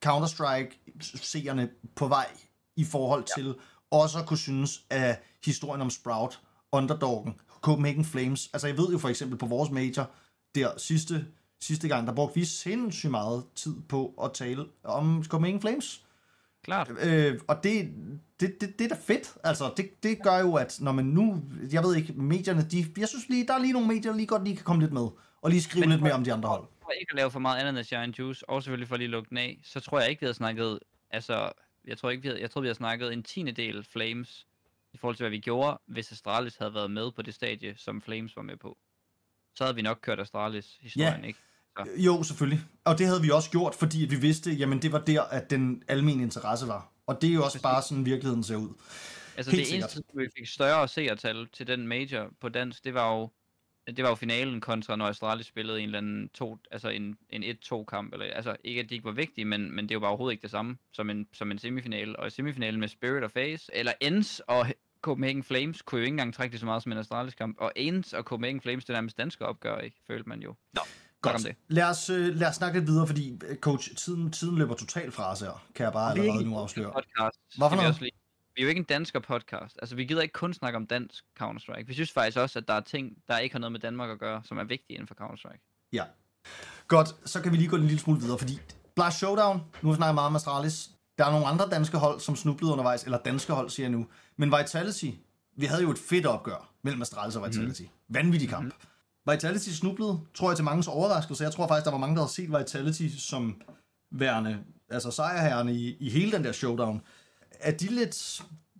Speaker 1: Counter-Strike-seerne på vej i forhold til ja. også at kunne synes af historien om Sprout, Underdoggen, Copenhagen Flames. Altså jeg ved jo for eksempel på vores major, der sidste, sidste gang, der brugte vi sindssygt meget tid på at tale om Copenhagen Flames.
Speaker 2: Klart.
Speaker 1: Øh, og det, det, det, det er da fedt. Altså det, det gør jo, at når man nu, jeg ved ikke, medierne, de, jeg synes lige, der er lige nogle medier, der lige godt lige kan komme lidt med, og lige skrive Men, lidt mere om de andre hold.
Speaker 2: For ikke at lave for meget andet end Shine Juice, og selvfølgelig for lige at lukke den af, så tror jeg ikke, vi havde snakket, altså, jeg tror ikke, vi havde, jeg tror, vi havde snakket en tiende del Flames, i forhold til, hvad vi gjorde, hvis Astralis havde været med på det stadie, som Flames var med på. Så havde vi nok kørt Astralis historien, ja. Ikke? Så.
Speaker 1: Jo, selvfølgelig. Og det havde vi også gjort, fordi vi vidste, jamen det var der, at den almene interesse var. Og det er jo også bare sådan, virkeligheden ser ud.
Speaker 2: Altså
Speaker 1: Helt
Speaker 2: det
Speaker 1: sikkert.
Speaker 2: eneste, vi fik større seertal til den major på dansk, det var jo det var jo finalen kontra, når Astralis spillede en eller anden to, altså en, en et to kamp, eller altså ikke at de ikke var vigtige, men, men det var bare overhovedet ikke det samme som en, som en semifinale. Og i semifinalen med Spirit og FaZe, eller Ends og Copenhagen Flames, kunne jo ikke engang trække det så meget som en Astralis kamp. Og Ends og Copenhagen Flames, det er nærmest danske opgør, ikke? Følte man jo. Nå,
Speaker 1: godt. Det. Lad os, øh, lad os snakke lidt videre, fordi coach, tiden, tiden løber totalt fra os her, kan jeg bare allerede nu afsløre.
Speaker 2: Podcast,
Speaker 1: Hvorfor noget?
Speaker 2: Vi, vi er jo ikke en dansker podcast. Altså, vi gider ikke kun snakke om dansk Counter-Strike. Vi synes faktisk også, at der er ting, der ikke har noget med Danmark at gøre, som er vigtige inden for Counter-Strike.
Speaker 1: Ja. Godt, så kan vi lige gå en lille smule videre, fordi Blast Showdown, nu har vi snakket meget om Astralis. Der er nogle andre danske hold, som snublede undervejs, eller danske hold, siger jeg nu. Men Vitality, vi havde jo et fedt opgør mellem Astralis og Vitality. Mm. Vanvittig kamp. Mm. Vitality snublede, tror jeg, til mangens overraskelse. Jeg tror faktisk, der var mange, der havde set Vitality som værende, altså sejrherrerne i, i hele den der showdown. Er de lidt...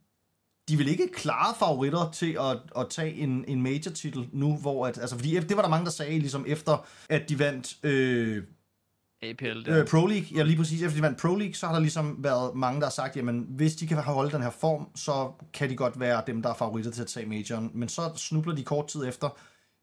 Speaker 1: De vil ikke klare favoritter til at, at tage en, en major-titel nu, hvor at... Altså, fordi det var der mange, der sagde, ligesom efter, at de vandt... Øh,
Speaker 2: A P L,
Speaker 1: øh, Pro League. Ja, lige præcis. Efter de vandt Pro League, så har der ligesom været mange, der har sagt, jamen, hvis de kan holde den her form, så kan de godt være dem, der er favoritter til at tage majoren. Men så snubler de kort tid efter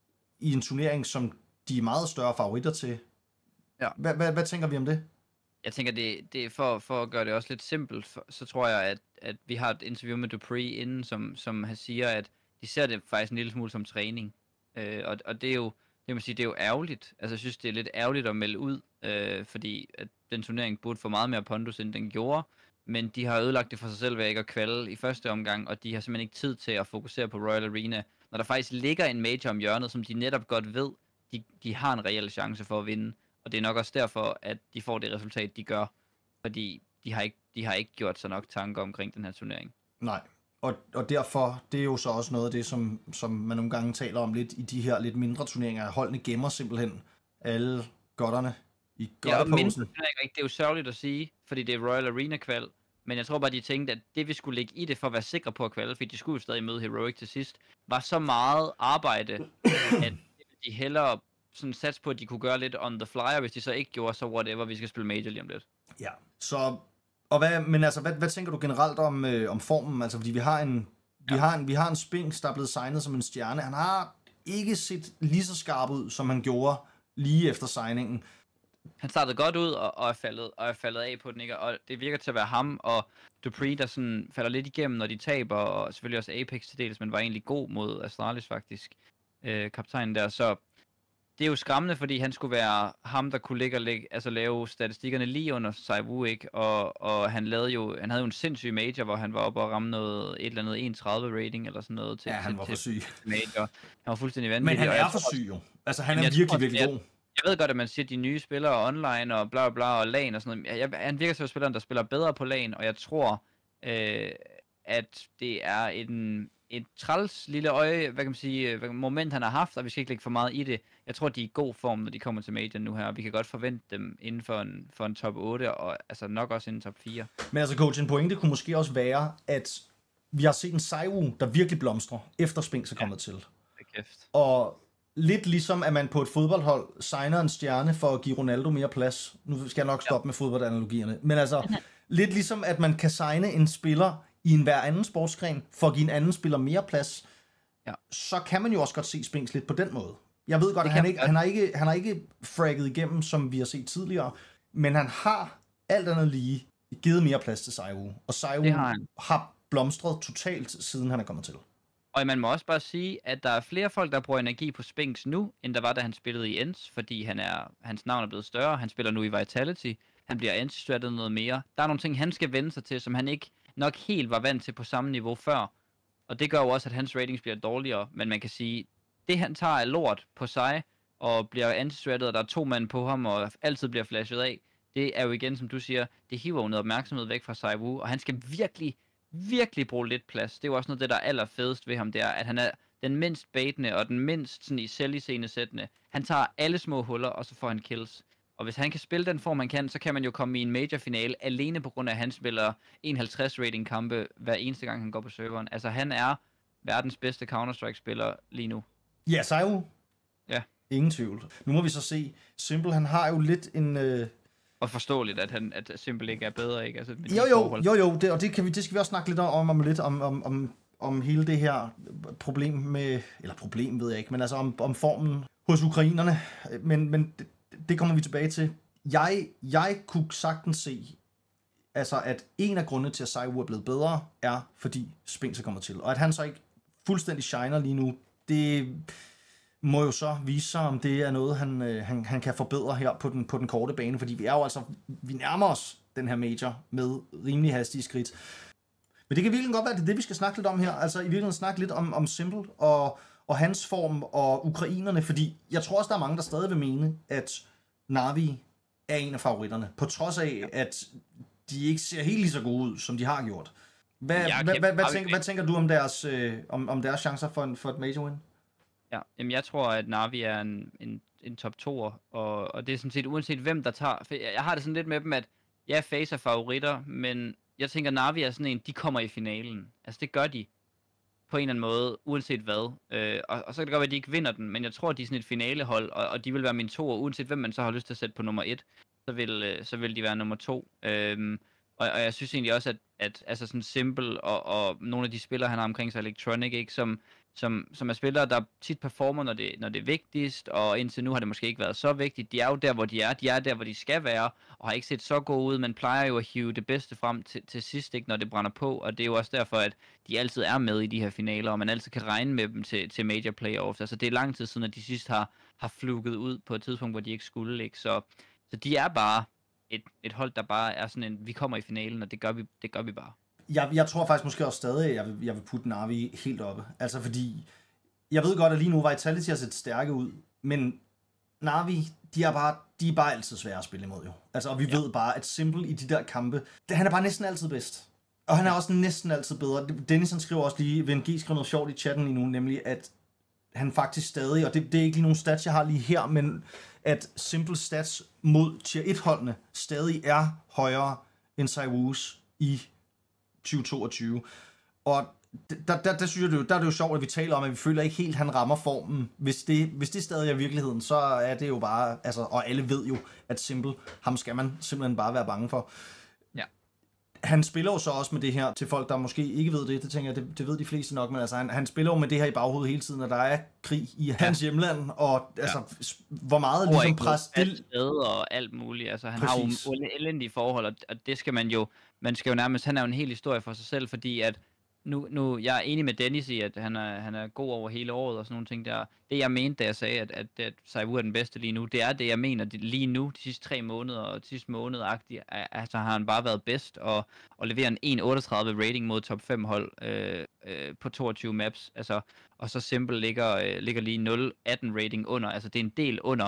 Speaker 1: i en turnering, som de er meget større favoritter til.
Speaker 2: Ja.
Speaker 1: Hvad, hvad, hvad tænker vi om det?
Speaker 2: Jeg tænker, det, det er for, for at gøre det også lidt simpelt, for, så tror jeg, at, at vi har et interview med Dupree inden, som, som han siger, at de ser det faktisk en lille smule som træning. Øh, og, og det er jo, det må sige, det er jo ærgerligt. Altså, jeg synes, det er lidt ærgerligt at melde ud, øh, fordi at den turnering burde få meget mere pondus, end den gjorde. Men de har ødelagt det for sig selv ved ikke at kvalde i første omgang, og de har simpelthen ikke tid til at fokusere på Royal Arena, når der faktisk ligger en major om hjørnet, som de netop godt ved, de, de har en reel chance for at vinde. Og det er nok også derfor, at de får det resultat, de gør. Fordi de har ikke, de har ikke gjort sig nok tanker omkring den her turnering.
Speaker 1: Nej, og, og derfor, det er jo så også noget af det, som, som man nogle gange taler om lidt i de her lidt mindre turneringer. Holdene gemmer simpelthen alle godterne i
Speaker 2: godteposen. Ja, og mindre
Speaker 1: turneringer,
Speaker 2: ikke? Det er jo sørgeligt at sige, fordi det er Royal Arena kval. Men jeg tror bare, de tænkte, at det vi skulle lægge i det for at være sikre på at kvalde, fordi de skulle jo stadig møde Heroic til sidst, var så meget arbejde, at de hellere sådan sats på, at de kunne gøre lidt on the flyer, hvis de så ikke gjorde, så whatever, vi skal spille major lige om lidt.
Speaker 1: Ja, så, og hvad, men altså, hvad, hvad tænker du generelt om, øh, om formen? Altså, fordi vi har en, vi
Speaker 2: ja.
Speaker 1: har en, vi har en Spinks, der er blevet signet som en stjerne. Han har ikke set lige så skarp ud, som han gjorde lige efter signingen.
Speaker 2: Han startede godt ud og, og, er faldet, og er faldet af på den, ikke? Og det virker til at være ham og Dupree, der sådan falder lidt igennem, når de taber, og selvfølgelig også Apex til dels, men var egentlig god mod Astralis faktisk, øh, kaptajnen der, så det er jo skræmmende, fordi han skulle være ham, der kunne ligge og lægge, altså lave statistikkerne lige under Saivu, ikke? Og, og han, lavede jo, han havde jo en sindssyg major, hvor han var oppe og ramme noget, et eller andet enogtredive rating eller sådan noget. Til,
Speaker 1: ja, han var
Speaker 2: til,
Speaker 1: for syg.
Speaker 2: Major. Han var fuldstændig vanvittig.
Speaker 1: Men han er for syg jo. Altså han er virkelig, tror, virkelig god.
Speaker 2: Jeg ved godt, at man siger, at de nye spillere online og bla bla og LAN og sådan noget. Jeg, jeg, han virker som spilleren, der spiller bedre på LAN, og jeg tror, øh, at det er en, et træls lille øje, hvad kan man sige, moment han har haft, og vi skal ikke lægge for meget i det. Jeg tror, de er i god form, når de kommer til Major nu her, og vi kan godt forvente dem inden for en, for en top otte, og altså nok også inden top fire.
Speaker 1: Men altså coach, en pointe kunne måske også være, at vi har set en ZywOo, der virkelig blomstrer, efter Spinks er kommet ja. til.
Speaker 2: Kæft.
Speaker 1: Og lidt ligesom, at man på et fodboldhold signer en stjerne for at give Ronaldo mere plads. Nu skal jeg nok stoppe ja. med fodboldanalogierne. Men altså, lidt ligesom, at man kan signe en spiller i en hver anden sportsgren, for at give en anden spiller mere plads, ja. så kan man jo også godt se Spinks lidt på den måde. Jeg ved godt, at han, ikke, han, har ikke, han har ikke fragget igennem, som vi har set tidligere, men han har alt andet lige givet mere plads til ZywOo. Og ZywOo har, har blomstret totalt, siden han er kommet til.
Speaker 2: Og man må også bare sige, at der er flere folk, der bruger energi på Spinks nu, end der var, da han spillede i Ents, fordi han er, hans navn er blevet større, han spiller nu i Vitality, han bliver anti-strattet noget mere. Der er nogle ting, han skal vende sig til, som han ikke nok helt var vant til på samme niveau før. Og det gør jo også, at hans ratings bliver dårligere, men man kan sige, det han tager er lort på sig, og bliver anti-strattet, og der er to mand på ham, og altid bliver flashet af. Det er jo igen, som du siger, det hiver jo noget opmærksomhed væk fra ZywOo, og han skal virkelig, virkelig bruge lidt plads. Det er jo også noget af det, der er allerfedest ved ham, det er, at han er den mindst baitende, og den mindst sådan, i selviscenesættende. Han tager alle små huller, og så får han kills. Og hvis han kan spille den form, han kan, så kan man jo komme i en major-finale, alene på grund af, at han spiller enoghalvtreds rating kampe hver eneste gang, han går på serveren. Altså, han er verdens bedste Counter-Strike-spiller lige nu.
Speaker 1: Ja, ZywOo.
Speaker 2: Ja.
Speaker 1: Ingen tvivl. Nu må vi så se. Simple, han har jo lidt en... Øh...
Speaker 2: Og forståeligt, at han at Simple ikke er bedre, ikke? Altså,
Speaker 1: jo, jo, jo, jo, det, og det, kan vi, det skal vi også snakke lidt om, om lidt, om, om, om, om hele det her problem med... Eller problem, ved jeg ikke, men altså om, om formen hos ukrainerne. Men, men det, det kommer vi tilbage til. Jeg, jeg kunne sagtens se, altså at en af grundene til, at ZywOo er blevet bedre, er fordi Spinks er kommet til. Og at han så ikke fuldstændig shiner lige nu, det må jo så vise sig, om det er noget, han, han, han kan forbedre her på den, på den korte bane, fordi vi er jo altså, vi nærmer os den her major med rimelig hastige skridt. Men det kan virkelig godt være, det er det, vi skal snakke lidt om her. Altså i virkeligheden snakke lidt om, om Simple og, og hans form og ukrainerne, fordi jeg tror også, der er mange, der stadig vil mene, at Na'Vi er en af favoritterne, på trods af, at de ikke ser helt lige så gode ud, som de har gjort. Hvad, ja, hvad, hvad, hvad, tænker, hvad tænker du om deres, øh, om, om deres chancer for, en, for et major win?
Speaker 2: Ja, jamen jeg tror, at Na'Vi er en, en, en top toer, og, og det er sådan set uanset hvem der tager. For jeg har det sådan lidt med dem, at ja, FaZe er favoritter, men jeg tænker, Na'Vi er sådan en, de kommer i finalen. Altså det gør de på en eller anden måde, uanset hvad. Øh, og, og så kan det godt være, at de ikke vinder den, men jeg tror, at de er sådan et finalehold, og, og de vil være mine toer, uanset hvem man så har lyst til at sætte på nummer et, så vil, øh, så vil de være nummer to. Øh, og, og jeg synes egentlig også, at, at altså sådan Simple og, og nogle af de spillere, han har omkring sig, Electronic, ikke, som, som, som er spillere, der tit performer, når det, når det er vigtigst, og indtil nu har det måske ikke været så vigtigt. De er jo der, hvor de er. De er der, hvor de skal være, og har ikke set så gode ud, men plejer jo at hive det bedste frem til, til sidst, ikke, når det brænder på, og det er jo også derfor, at de altid er med i de her finaler, og man altid kan regne med dem til, til major playoffs. Altså det er lang tid siden, at de sidst har, har fluget ud på et tidspunkt, hvor de ikke skulle, ikke? Så, så de er bare et, et hold, der bare er sådan en, vi kommer i finalen, og det gør vi, det gør vi bare.
Speaker 1: Jeg, jeg tror faktisk måske også stadig, at jeg vil, jeg vil putte Na'Vi helt oppe. Altså fordi, jeg ved godt, at lige nu Vitality har set stærke ud, men Na'Vi, de er bare, de er bare altid svære at spille imod jo. Altså, og vi ja. ved bare, at Simple i de der kampe, det, han er bare næsten altid bedst. Og han er også næsten altid bedre. Dennis han skriver også lige, V N G skriver noget sjovt i chatten lige nu, nemlig at han faktisk stadig, og det, det er ikke lige nogen stats, jeg har lige her, men at Simple stats mod tier et-holdene stadig er højere end ZywOos i tyve toogtyve. Og der, der, der synes jeg, det, der er det jo sjovt, at vi taler om, at vi føler ikke helt, at han rammer formen. Hvis det, hvis det stadig er virkeligheden, så er det jo bare, altså, og alle ved jo, at Simple, ham skal man simpelthen bare være bange for.
Speaker 2: Ja.
Speaker 1: Han spiller jo så også med det her, til folk, der måske ikke ved det, det tænker jeg, det, det ved de fleste nok, men altså, han, han spiller jo med det her i baghovedet hele tiden, og der er krig i ja. hans hjemland, og altså, ja. hvor meget
Speaker 2: og
Speaker 1: ligesom pres...
Speaker 2: Alt og alt muligt, altså han Præcis. har jo elendige forhold, og det skal man jo, man skal jo nærmest, han er jo en hel historie for sig selv, fordi at Nu, nu, jeg er enig med Dennis i, at han er, han er god over hele året og sådan nogle ting der. Det jeg mente, da jeg sagde, at, at, at ZywOo er den bedste lige nu, det er det, jeg mener det, lige nu, de sidste tre måneder og de sidste måned-agtigt, altså har han bare været bedst og, og leverer en en komma otteogtredive rating mod top fem hold øh, øh, på toogtyve maps. Altså, og så Simple ligger, øh, ligger lige nul komma atten rating under, altså det er en del under.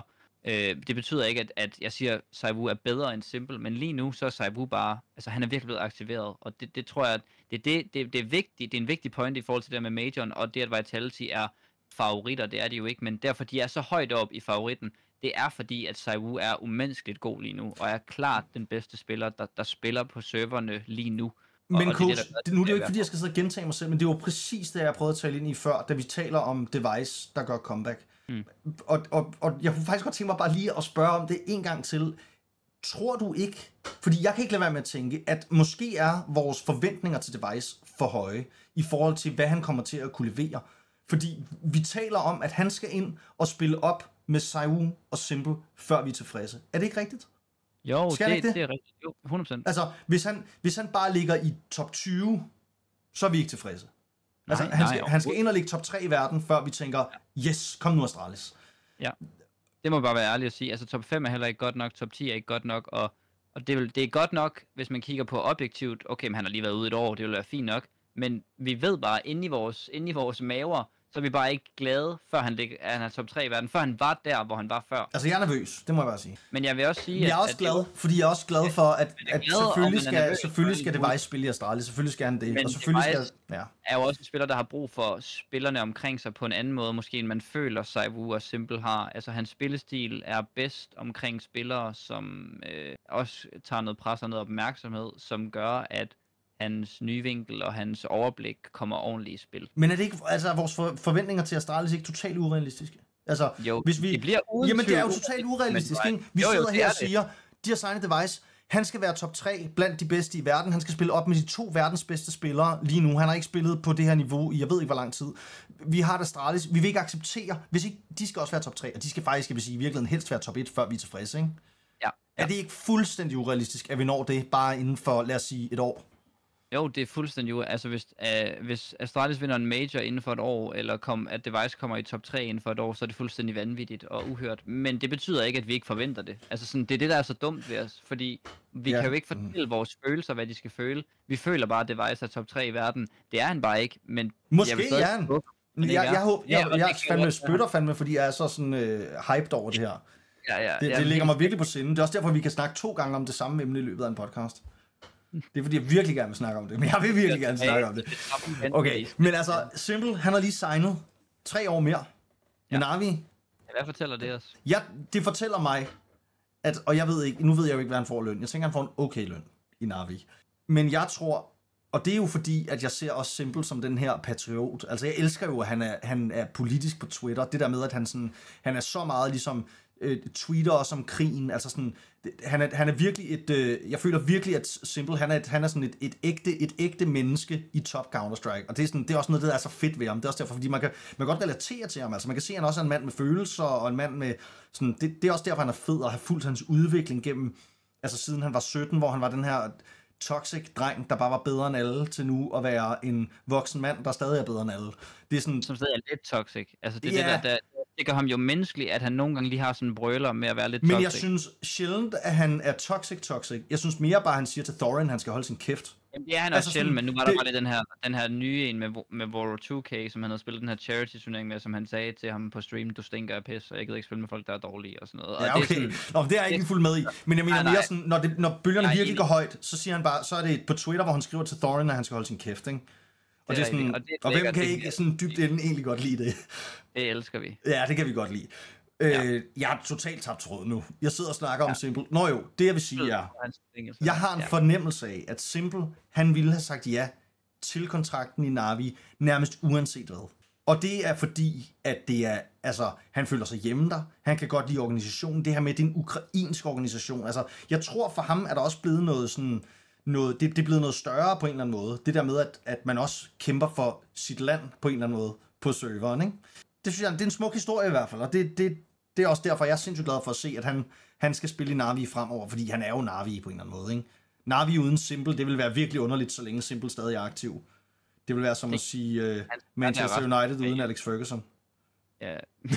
Speaker 2: Øh, det betyder ikke, at, at jeg siger, at ZywOo er bedre end Simple, men lige nu, så er ZywOo bare, altså han er virkelig blevet aktiveret, og det, det tror jeg, at det, det, det, det er vigtigt, det er en vigtig point i forhold til det der med Majoren, og det, at Vitality er favoritter, det er de jo ikke, men derfor de er så højt op i favoritten, det er fordi, at ZywOo er umenneskeligt god lige nu, og er klart den bedste spiller, der, der spiller på serverne lige nu.
Speaker 1: Men
Speaker 2: og,
Speaker 1: coach,
Speaker 2: det,
Speaker 1: det, nu er det jo ikke fordi, jeg skal sidde og gentage mig selv, men det var præcis det, jeg prøvede at tale ind i før, da vi taler om Device, der gør comeback. Mm. Og, og, og jeg kunne faktisk godt tænke mig bare lige at spørge om det en gang til. Tror du ikke, fordi jeg kan ikke lade være med at tænke, at måske er vores forventninger til Device for høje, i forhold til, hvad han kommer til at kunne levere. Fordi vi taler om, at han skal ind og spille op med ZywOo og Simple, før vi er tilfredse. Er det ikke rigtigt?
Speaker 2: Jo, det, det? det er rigtigt. Jo, hundrede procent.
Speaker 1: Altså, hvis han, hvis han bare ligger i top tyve, så er vi ikke tilfredse. Nej, altså, han, skal,
Speaker 2: nej,
Speaker 1: han skal ind og ligge top tre i verden, før vi tænker, yes, kom nu Astralis.
Speaker 2: Ja, det må bare være ærligt at sige. Altså, top fem er heller ikke godt nok, top ti er ikke godt nok, og, og det, vil, det er godt nok, hvis man kigger på objektivt, okay, men han har lige været ude et år, det vil være fint nok, men vi ved bare, inde i vores, inde i vores maver, så er vi bare ikke glade, før han, ligger, at han er top tre i verden, før han var der, hvor han var før.
Speaker 1: Altså, jeg er nervøs, det må jeg bare sige.
Speaker 2: Men jeg vil også sige,
Speaker 1: jeg er
Speaker 2: at,
Speaker 1: også
Speaker 2: at
Speaker 1: glad,
Speaker 2: det,
Speaker 1: fordi jeg er også glad for, at, at
Speaker 2: glad,
Speaker 1: selvfølgelig skal,
Speaker 2: nervøs,
Speaker 1: selvfølgelig skal Device spille i Astralis, selvfølgelig skal han det,
Speaker 2: men
Speaker 1: og selvfølgelig
Speaker 2: Device
Speaker 1: skal... Ja.
Speaker 2: er jo også en spiller, der har brug for spillerne omkring sig på en anden måde, måske end man føler ZywOo og Simple har. Altså, hans spillestil er bedst omkring spillere, som øh, også tager noget pres og noget opmærksomhed, som gør, at hans nye vinkel og hans overblik kommer ordentligt i spil.
Speaker 1: Men er det ikke, altså vores for, forventninger til Astralis ikke totalt urealistiske? Altså,
Speaker 2: jo,
Speaker 1: hvis vi,
Speaker 2: det bliver uden
Speaker 1: jamen det er jo
Speaker 2: tvivl,
Speaker 1: totalt urealistisk,
Speaker 2: men,
Speaker 1: ikke? Vi
Speaker 2: jo, jo,
Speaker 1: sidder her og
Speaker 2: det.
Speaker 1: siger, de har signet Device, han skal være top tre blandt de bedste i verden, han skal spille op med de to verdens bedste spillere lige nu, han har ikke spillet på det her niveau i jeg ved ikke hvor lang tid. Vi har Astralis, vi vil ikke acceptere, hvis ikke, de skal også være top tre, og de skal faktisk, skal vi sige, i virkeligheden helst være top et, før vi er tilfredse, ikke?
Speaker 2: Ja.
Speaker 1: Er det ikke fuldstændig urealistisk, at vi når det bare inden for, lad os sige, et år?
Speaker 2: Jo, det er fuldstændig jo. Altså, hvis, øh, hvis Astralis vinder en major inden for et år, eller kom, at Device kommer i top tre inden for et år, så er det fuldstændig vanvittigt og uhørt. Men det betyder ikke, at vi ikke forventer det. Altså, sådan, det er det, der er så dumt ved os, fordi vi ja. kan jo ikke fortælle vores følelser, hvad de skal føle. Vi føler bare, at Device er top tre i verden. Det er han bare ikke, men...
Speaker 1: Måske er han. Jeg, jeg, jeg, håber, jeg,
Speaker 2: ja,
Speaker 1: jeg, jeg fandme spytter fandme, fordi jeg er så sådan øh, hyped over det her.
Speaker 2: Ja, ja,
Speaker 1: det
Speaker 2: ja,
Speaker 1: det ligger mig virkelig på sinde. Det er også derfor, vi kan snakke to gange om det samme emne i løbet af en podcast. Det er fordi, jeg virkelig gerne vil snakke om det, men jeg vil virkelig gerne snakke om det. Okay, men altså, Simple, han har lige signet tre år mere med Navi.
Speaker 2: Hvad fortæller det os?
Speaker 1: Ja, det fortæller mig, at, og jeg ved ikke, nu ved jeg jo ikke, hvad han får løn. Jeg tænker, han får en okay løn i Navi. Men jeg tror, og det er jo fordi, at jeg ser også Simple som den her patriot. Altså, jeg elsker jo, at han er, han er politisk på Twitter. Det der med, at han, sådan, han er så meget ligesom... tweeter også om krigen, altså sådan, han er, han er virkelig et, øh, jeg føler virkelig, at Simple, han er, et, han er sådan et, et, ægte, et ægte menneske i top Counter-Strike, og det er, sådan, det er også noget, der er så fedt ved ham, det er også derfor, fordi man kan, man kan godt relatere til ham, altså man kan se, at han også er en mand med følelser, og en mand med, sådan, det, det er også derfor, han er fed, at have fulgt hans udvikling gennem, altså siden han var sytten, hvor han var den her toxic dreng, der bare var bedre end alle, til nu at være en voksen mand, der stadig er bedre end alle. Det er sådan,
Speaker 2: som stadig er lidt toxic, altså det er
Speaker 1: yeah.
Speaker 2: det der, der det gør ham jo menneskelig, at han nogle gange lige har sådan en brøler med at være lidt
Speaker 1: men
Speaker 2: toxic.
Speaker 1: Men jeg synes sjældent, at han er toxic toxic. Jeg synes mere bare, at han siger til Thorin, at han skal holde sin kæft.
Speaker 2: Jamen det er han altså også sjældent, men nu var der det... bare lidt den her, den her nye en med, med Voro to K, som han havde spillet den her charity-turnering med, som han sagde til ham på stream, du stinker af pis, og jeg gider ikke spille med folk, der er dårlige og sådan noget. Og
Speaker 1: ja, okay. Det er, sådan, Nå, det er jeg ikke fuldt med i. Men jeg mener
Speaker 2: nej,
Speaker 1: mere sådan, når, det, når bølgerne nej, virkelig går højt, så siger han bare, så er det på Twitter, hvor han skriver til Thorin, at han skal holde sin kæft, ikke? Og, det er sådan, og, det er og hvem kan ikke sådan dybt inden egentlig godt lide det?
Speaker 2: Det elsker vi.
Speaker 1: Ja, det kan vi godt lide. Ja. Øh, jeg har totalt tabt tråd nu. Jeg sidder og snakker ja. om Simple. Nå jo, det jeg vil sige er, jeg har en ja. fornemmelse af, at Simple, han ville have sagt ja til kontrakten i Navi, nærmest uanset hvad. Og det er fordi, at det er, altså, han føler sig hjemme der. Han kan godt lide organisationen. Det her med, det er en ukrainsk organisation. Altså, jeg tror for ham, er der også blevet noget sådan... Noget, det, det er blevet noget større på en eller anden måde. Det der med, at, at man også kæmper for sit land på en eller anden måde på serveren, ikke? Det synes jeg, det er en smuk historie i hvert fald, og det, det, det er også derfor, jeg er sindssygt glad for at se, at han, han skal spille i Navi fremover, fordi han er jo Navi på en eller anden måde, ikke? Navi uden Simple, det vil være virkelig underligt, så længe Simple stadig er aktiv. Det vil være som at sige uh, Manchester United uden Alex Ferguson.
Speaker 2: Ja.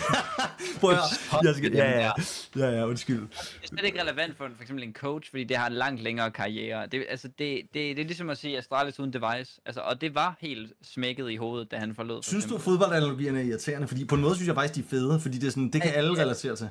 Speaker 1: Prøv at jeg skal, ja, ja, ja, ja, undskyld.
Speaker 2: Det er slet ikke relevant for for eksempel en coach, fordi det har en langt længere karriere. Det, altså, det, det, det er ligesom at sige Astralis uden Device. Altså, og det var helt smækket i hovedet, da han forlod. For
Speaker 1: synes du, at fodboldanalogierne er irriterende? Fordi på en måde synes jeg faktisk, de er fede, fordi det, er sådan, det kan alle relatere til.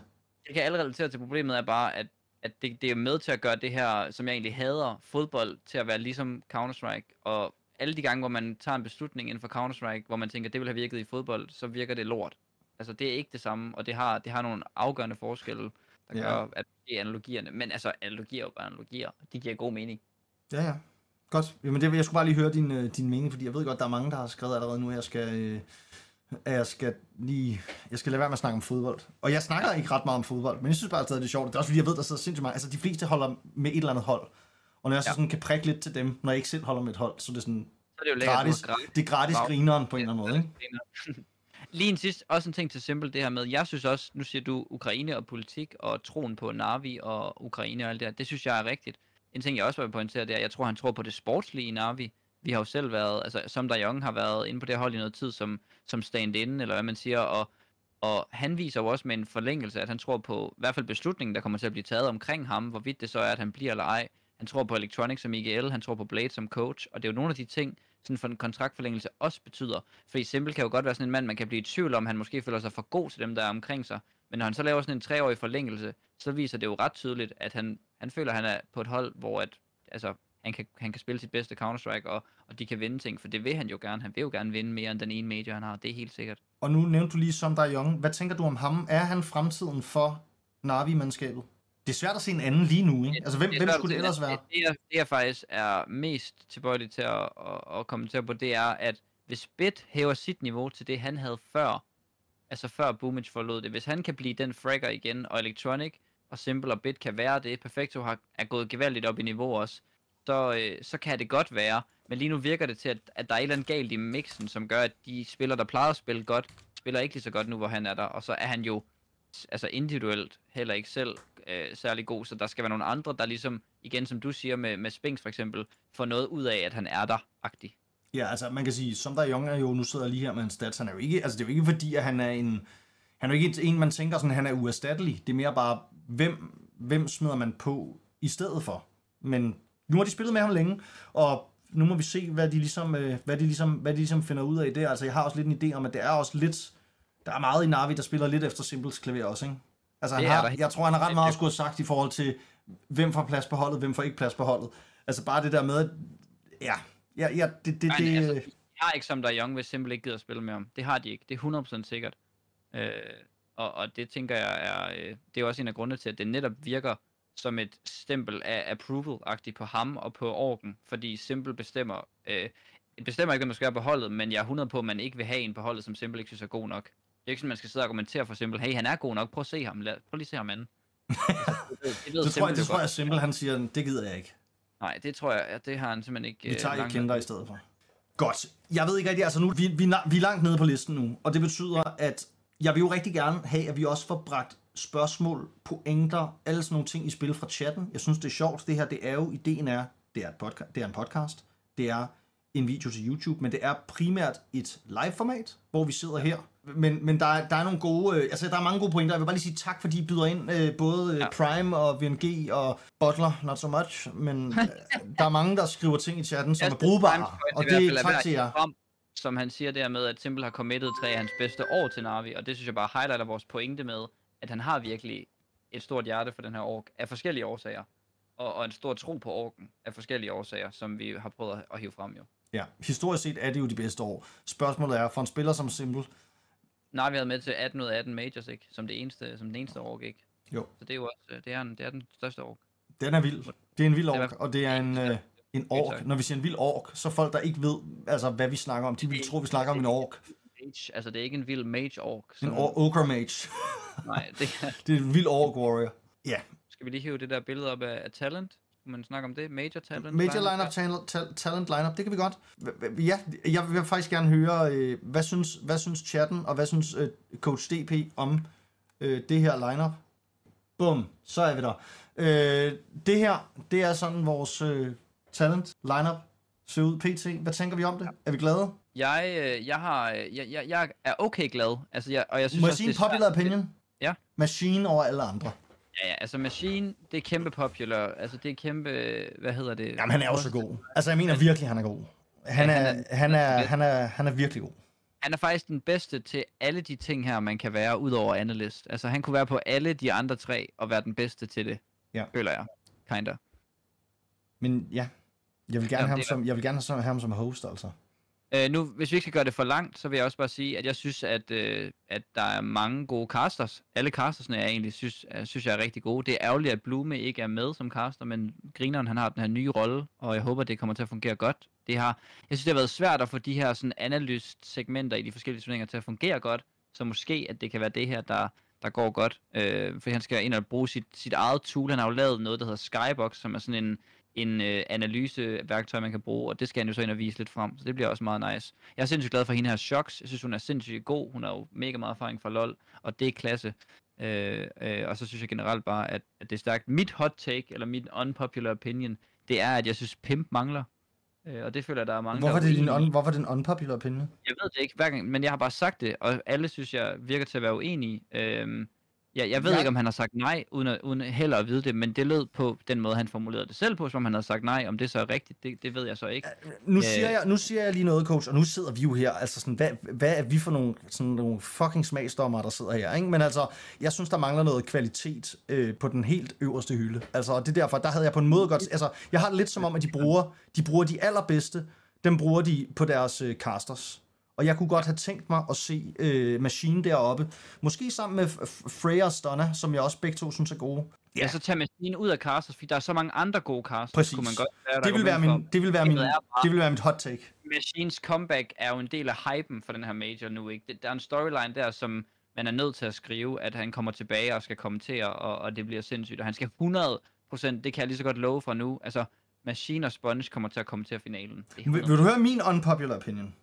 Speaker 2: Jeg kan alle relatere til problemet er bare, at, at det, det er med til at gøre det her, som jeg egentlig hader, fodbold, til at være ligesom Counter-Strike. Og alle de gange, hvor man tager en beslutning inden for Counter-Strike, hvor man tænker, det vil have virket i fodbold, så virker det lort. Altså, det er ikke det samme, og det har, det har nogle afgørende forskelle, der
Speaker 1: Ja.
Speaker 2: gør, at det er analogierne. Men altså, analogier er jo bare analogier. De giver god mening.
Speaker 1: Ja, ja. Godt. Jamen, det, jeg skulle bare lige høre din, øh, din mening, fordi jeg ved godt, der er mange, der har skrevet allerede nu, at jeg skal, øh, at jeg skal lige... Jeg skal lade være med at snakke om fodbold. Og jeg snakker ikke ret meget om fodbold, men jeg synes bare stadig, det er sjovt. Det er også fordi, jeg ved, der sidder sindssygt mange... Altså, de fleste holder med et eller andet hold. Og når jeg så
Speaker 2: Ja.
Speaker 1: sådan kan prikke lidt til dem, når jeg ikke selv holder med et hold, så er det sådan...
Speaker 2: Så er det jo lækkert,
Speaker 1: gratis,
Speaker 2: du har gratis.
Speaker 1: det er gratis
Speaker 2: Wow.
Speaker 1: grineren på en eller anden måde, ikke?
Speaker 2: Lige en sidst, også en ting til Simple, det her med, jeg synes også, nu siger du Ukraine og politik, og troen på Navi og Ukraine og alt det her, det synes jeg er rigtigt. En ting, jeg også vil pointere, det er, jeg tror, han tror på det sportslige i Navi. Vi har jo selv været, altså som der Young har været inde på det hold i noget tid, som, som stand-in, eller hvad man siger, og, og han viser jo også med en forlængelse, at han tror på, i hvert fald beslutningen, der kommer til at blive taget omkring ham, hvorvidt det så er, at han bliver eller ej. Han tror på Electronic som I G L, han tror på Blade som coach, og det er jo nogle af de ting, sådan for en kontraktforlængelse også betyder. Fordi Simple kan jo godt være sådan en mand, man kan blive i tvivl om, han måske føler sig for god til dem, der er omkring sig. Men når han så laver sådan en treårig forlængelse, så viser det jo ret tydeligt, at han, han føler, at han er på et hold, hvor at, altså, han, kan, han kan spille sit bedste Counter-Strike, og, og de kan vinde ting, for det vil han jo gerne. Han vil jo gerne vinde mere end den ene major, han har. Det er helt sikkert.
Speaker 1: Og nu nævnte du lige Som Der Young. Hvad tænker du om ham? Er han fremtiden for Navi-mandskabet? Det er svært at se en anden lige nu, ikke? Altså, hvem,
Speaker 2: Det er
Speaker 1: hvem
Speaker 2: svært
Speaker 1: skulle det
Speaker 2: at
Speaker 1: ellers
Speaker 2: se,
Speaker 1: være?
Speaker 2: Det, det, jeg, det jeg faktisk er mest tilbøjelig til at, at, at kommentere på, det er, at hvis Bit hæver sit niveau til det, han havde før, altså før Boomage forlod det, hvis han kan blive den fragger igen, og Electronic og Simple og Bit kan være det, Perfecto har, er gået gevaldigt op i niveau også, så, øh, så kan det godt være. Men lige nu virker det til, at, at der er et eller andet galt i mixen, som gør, at de spillere, der plejer at spille godt, spiller ikke lige så godt nu, hvor han er der. Og så er han jo altså individuelt heller ikke selv øh, særlig god, så der skal være nogle andre, der ligesom, igen som du siger med, med Spinks for eksempel, får noget ud af, at han er der-agtig.
Speaker 1: Ja, altså man kan sige, Som Der Young er jo, nu sidder jeg lige her med hans stats, han er jo ikke, altså det er jo ikke fordi, at han er en, han er jo ikke en, man tænker sådan, han er uerstattelig. Det er mere bare, hvem, hvem smider man på i stedet for. Men nu har de spillet med ham længe, og nu må vi se, hvad de ligesom, hvad de ligesom, hvad de ligesom finder ud af det. Altså jeg har også lidt en idé om, at det er også lidt, der er meget i Navi, der spiller lidt efter Simples klaver også, ikke? Altså han har, jeg tror, han har ret meget at skulle have sagt i forhold til, hvem får plads på holdet, hvem får ikke plads på holdet. Altså bare det der med, at, ja, ja, ja det, det,
Speaker 2: Nej,
Speaker 1: det...
Speaker 2: altså, de har ikke Som Der Young, hvis Simple ikke gider at spille med ham. Det har de ikke. Det er hundrede procent sikkert. Øh, og, og det tænker jeg er, øh, det er også en af grundene til, at det netop virker som et stempel af approval-agtigt på ham og på Orken, fordi Simple bestemmer, øh, bestemmer ikke, hvem der skal være på holdet, men jeg er hundrede på, at man ikke vil have en på holdet, som Simple ikke synes er god nok. Det er ikke sådan, man skal sidde og argumentere for Simple, hey, han er god nok, prøv at se ham, Lad, prøv lige at se ham anden. Altså, det, det, det,
Speaker 1: det tror jeg, det tror jeg Simple, han siger, det gider jeg ikke.
Speaker 2: Nej, det tror jeg, det har han simpelthen ikke.
Speaker 1: Vi tager ikke Kinder i stedet for. Godt. Jeg ved ikke rigtig, altså nu, vi, vi, vi er langt nede på listen nu, og det betyder, at jeg vil jo rigtig gerne have, at vi også får bragt spørgsmål, pointer, alle sådan nogle ting i spil fra chatten. Jeg synes, det er sjovt. Det her, det er jo, ideen er, det er, et podca- det er en podcast, det er en video til YouTube, men det er primært et live-format, hvor vi sidder her. Men, men der, er, der er nogle gode, øh, altså der er mange gode pointer. Jeg vil bare lige sige tak, fordi I byder ind, øh, både ja. Prime og V N G og Butler, not so much, men øh, der er mange, der skriver ting i chatten, som er brugbare, og det er tak til jer.
Speaker 2: Frem, som han siger der med, at Simple har committet tre af hans bedste år til Navi, og det synes jeg bare highlighter vores pointe med, at han har virkelig et stort hjerte for den her ork af forskellige årsager, og, og en stor tro på orken af forskellige årsager, som vi har prøvet at hive frem jo.
Speaker 1: Ja, historisk set er det jo de bedste år. Spørgsmålet er, for en spiller som Simple...
Speaker 2: Nej, vi havde med til atten ud af atten majors, ikke? Som det eneste, som den eneste ork, ikke?
Speaker 1: Jo.
Speaker 2: Så det er jo også, det er, en, det er den største ork.
Speaker 1: Den er vild. Det er en vild ork, og det er en, øh, en ork. Når vi siger en vild ork, så folk, der ikke ved, altså, hvad vi snakker om, de vil tro, vi snakker om en ork.
Speaker 2: Altså, det er ikke en vild mage ork.
Speaker 1: En ogre mage.
Speaker 2: Nej, det er...
Speaker 1: det er en vild ork warrior. Ja.
Speaker 2: Skal vi lige hive det der billede op af, af talent? Skal man snakke om det? Major talent?
Speaker 1: Major lineup, talent, talent, talent lineup, det kan vi godt. Ja, jeg vil faktisk gerne høre, øh, hvad, synes, hvad synes chatten, og hvad synes øh, Coach D P om øh, det her lineup? Bum, så er vi der. Øh, det her, det er sådan vores øh, talent lineup ser ud pt. Hvad tænker vi om det? Er vi glade?
Speaker 2: Jeg, øh, jeg, har, jeg, jeg, jeg er okay glad. Altså, jeg, og jeg synes
Speaker 1: Må jeg
Speaker 2: også,
Speaker 1: sige en popular opinion?
Speaker 2: Ja.
Speaker 1: Machine over alle andre.
Speaker 2: Ja, ja, altså Machine, det er kæmpe popular. Altså, det er kæmpe, hvad hedder det?
Speaker 1: Jamen, han er jo så god. Altså, jeg mener virkelig, han er god. Han er, han er, han er, han er virkelig god.
Speaker 2: Han er faktisk den bedste til alle de ting her, man kan være, ud over analyst. Altså, han kunne være på alle de andre tre, og være den bedste til det,
Speaker 1: ja.
Speaker 2: føler jeg. Kinda.
Speaker 1: Men ja, jeg vil gerne, ja, have, ham som, jeg vil gerne have ham som host, altså.
Speaker 2: Øh, nu, hvis vi ikke skal gøre det for langt, så vil jeg også bare sige, at jeg synes, at, øh, at der er mange gode casters. Alle castersne jeg egentlig synes, jeg synes jeg er rigtig gode. Det er ærgerligt, at Blume ikke er med som caster, men Grineren han har den her nye rolle, og jeg håber, det kommer til at fungere godt. Det har, jeg synes, det har været svært at få de her sådan analyst-segmenter i de forskellige turneringer til at fungere godt, så måske, at det kan være det her, der, der går godt. Øh, for han skal ind og bruge sit, sit eget tool. Han har jo lavet noget, der hedder Skybox, som er sådan en en øh, analyseværktøj, man kan bruge, og det skal han jo så ind og vise lidt frem, så det bliver også meget nice. Jeg er sindssygt glad for hende her, Shox. Jeg synes, hun er sindssygt god. Hun har jo mega meget erfaring fra LoL, og det er klasse. Øh, øh, og så synes jeg generelt bare, at, at det er stærkt. Mit hot take, eller mit unpopular opinion, det er, at jeg synes, Pimp mangler. Øh, og det føler jeg, der er mange,
Speaker 1: hvorfor
Speaker 2: der
Speaker 1: er det din un, Hvorfor er det en unpopular opinion?
Speaker 2: Jeg ved det ikke, hver gang, men jeg har bare sagt det, og alle synes, jeg virker til at være uenige. Øh, Ja, jeg ved ja. ikke, om han har sagt nej, uden, at, uden heller at vide det, men det lød på den måde, han formulerede det selv på, som han havde sagt nej. Om det så er rigtigt, det, det ved jeg så ikke.
Speaker 1: Nu siger, jeg, nu siger jeg lige noget, coach, og nu sidder vi jo her, altså sådan, hvad, hvad er vi for nogle, sådan nogle fucking smagsdommer, der sidder her, ikke? Men altså, jeg synes, der mangler noget kvalitet øh, på den helt øverste hylde. Altså, og det er derfor, der havde jeg på en måde godt, altså, jeg har det lidt som om, at de bruger, de bruger de allerbedste, dem bruger de på deres øh, casters. Og jeg kunne godt have tænkt mig at se øh, Machine deroppe. Måske sammen med Freya og Stunna, som jeg også begge to synes er gode.
Speaker 2: Ja, ja så tage Machine ud af casters, fordi der er så mange andre gode casters.
Speaker 1: Præcis.
Speaker 2: Kunne man godt være,
Speaker 1: det, vil være min, det, vil være min, det vil være mit hot take.
Speaker 2: Machines comeback er jo en del af hypen for den her major nu, ikke? Der er en storyline der, som man er nødt til at skrive, at han kommer tilbage og skal kommentere, og, og det bliver sindssygt. Og han skal hundrede procent, det kan jeg lige så godt love fra nu. Altså, Machine og Sponge kommer til at kommentere finalen.
Speaker 1: Vil, vil du høre min unpopular opinion?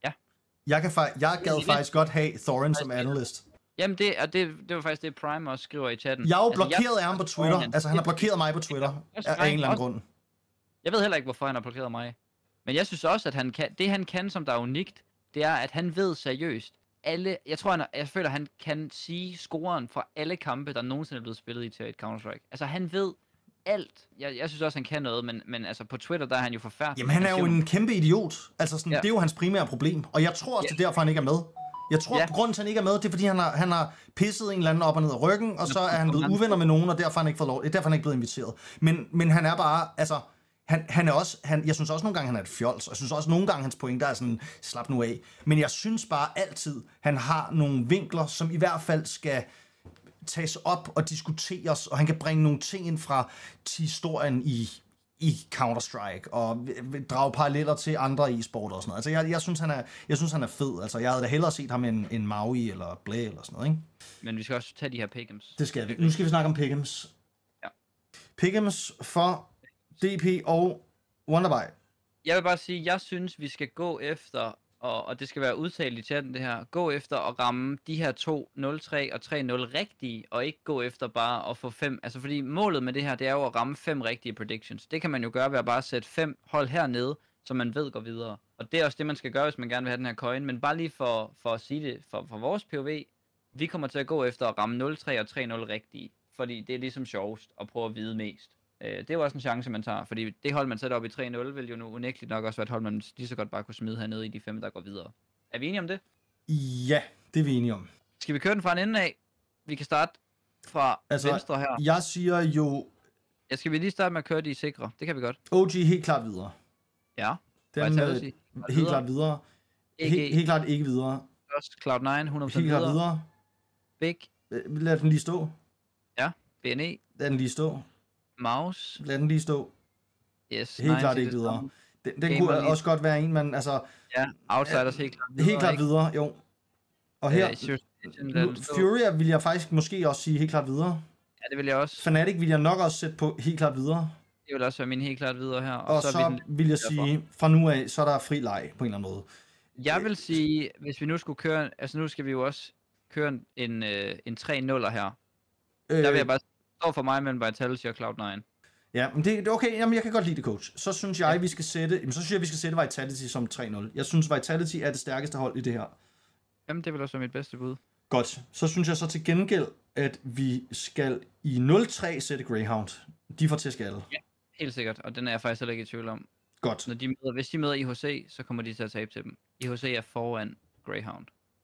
Speaker 1: Jeg, kan fa- jeg gad faktisk godt have Thorin som analyst.
Speaker 2: Jamen, det, og det, det var faktisk det, Prime også skriver i chatten.
Speaker 1: Jeg er jo blokeret altså, jeg, af ham på Twitter. Altså, han har blokeret mig på Twitter af en eller anden grund.
Speaker 2: Jeg ved heller ikke, hvorfor han har blokeret mig. Men jeg synes også, at han kan, det han kan, som der er unikt, det er, at han ved seriøst. Alle, jeg tror, han, jeg føler, at han kan sige scoren fra alle kampe, der nogensinde er blevet spillet i til et Counter-Strike. Altså, han ved alt. Jeg, jeg synes også, han kan noget, men, men altså på Twitter, der er han jo forfærdelig.
Speaker 1: Jamen, han er jo en kæmpe idiot. Altså, sådan, ja. Det er jo hans primære problem. Og jeg tror også, ja. det er derfor, han ikke er med. Jeg tror, ja. grunden til, at han ikke er med, det er, fordi han har, han har pisset en eller anden op og ned af ryggen, og så er han blevet uvenner med nogen, og derfor har han ikke fået lov. Derfor er han ikke blevet inviteret. Men, men han er bare, altså, han, han er også, han, jeg synes også nogle gange, han er et fjols, og jeg synes også nogle gange, hans pointer er sådan, slap nu af. Men jeg synes bare altid, han har nogle vinkler, som i hvert fald skal tages op og diskuteres, og han kan bringe nogle ting ind fra historien i, i Counter-Strike, og drage paralleller til andre e-sport og sådan noget. Altså, jeg, jeg, synes, han er, jeg synes, han er fed. Altså, jeg havde da hellere set ham end, end Maui eller Blæ eller sådan noget, ikke?
Speaker 2: Men vi skal også tage de her pick'ems.
Speaker 1: Det skal vi. Nu skal vi snakke om pick'ems.
Speaker 2: Ja.
Speaker 1: Pick'ems for D P og Wonderboy.
Speaker 2: Jeg vil bare sige, jeg synes, vi skal gå efter, og, og det skal være udtalt i chatten det her, gå efter at ramme de her to nul tre og tre nul rigtige, og ikke gå efter bare at få fem, altså fordi målet med det her, det er jo at ramme fem rigtige predictions. Det kan man jo gøre ved at bare sætte fem hold hernede, så man ved går videre. Og det er også det, man skal gøre, hvis man gerne vil have den her coin, men bare lige for, for at sige det, for, for vores P O V, vi kommer til at gå efter at ramme nul tre og tre nul rigtige, fordi det er ligesom sjovest at prøve at vide mest. Det er jo også en chance, man tager, fordi det hold, man sætter op i tre nul, vil jo nu unægteligt nok også være et hold, man lige så godt bare kunne smide hernede i de fem, der går videre. Er vi enige om det?
Speaker 1: Ja, det er vi enige om.
Speaker 2: Skal vi køre den fra en ende af? Vi kan starte fra altså, venstre her.
Speaker 1: Jeg siger jo...
Speaker 2: Ja, skal vi lige starte med at køre de sikre? Det kan vi godt.
Speaker 1: O G helt klart videre.
Speaker 2: Ja.
Speaker 1: Den øh, helt videre. klart videre. Helt, helt klart ikke videre.
Speaker 2: Også Cloud nine, hundrede procent
Speaker 1: helt
Speaker 2: videre.
Speaker 1: videre.
Speaker 2: Big.
Speaker 1: Lad den lige stå.
Speaker 2: Ja, B N E.
Speaker 1: Lad den lige stå.
Speaker 2: Mouse.
Speaker 1: Lad den lige stå.
Speaker 2: Yes,
Speaker 1: helt klart ikke videre. Den, den kunne også godt være en, man altså...
Speaker 2: Ja, Outsiders helt klart videre.
Speaker 1: Helt klart
Speaker 2: ikke?
Speaker 1: videre, jo. Og her... Uh, Furia vil jeg faktisk måske også sige helt klart videre.
Speaker 2: Ja, det vil jeg også.
Speaker 1: Fnatic vil jeg nok også sætte på helt klart videre.
Speaker 2: Det vil også være min helt klart videre her.
Speaker 1: Og, og så, så vil, vil jeg sige, fra nu af, så er der fri leg på en eller anden måde.
Speaker 2: Jeg vil sige, hvis vi nu skulle køre... Altså nu skal vi jo også køre en, en, en tre nuller her. Øh, der vil jeg bare stå for mig mellem Vitality og Cloud nine.
Speaker 1: Ja, men det er okay. Jamen, jeg kan godt lide det, coach. Så synes jeg, ja. vi skal sætte, jamen, så synes jeg, vi skal sætte Vitality som tre nul. Jeg synes, Vitality er det stærkeste hold i det her.
Speaker 2: Jamen, det vil også være mit bedste bud.
Speaker 1: Godt. Så synes jeg så til gengæld, at vi skal i nul tre sætte Greyhound. De får til skalle.
Speaker 2: Ja, helt sikkert. Og den er jeg faktisk heller ikke i tvivl om.
Speaker 1: Godt.
Speaker 2: Når de møder, hvis de møder I H C, så kommer de til at tabe til dem. I H C er foran Greyhound.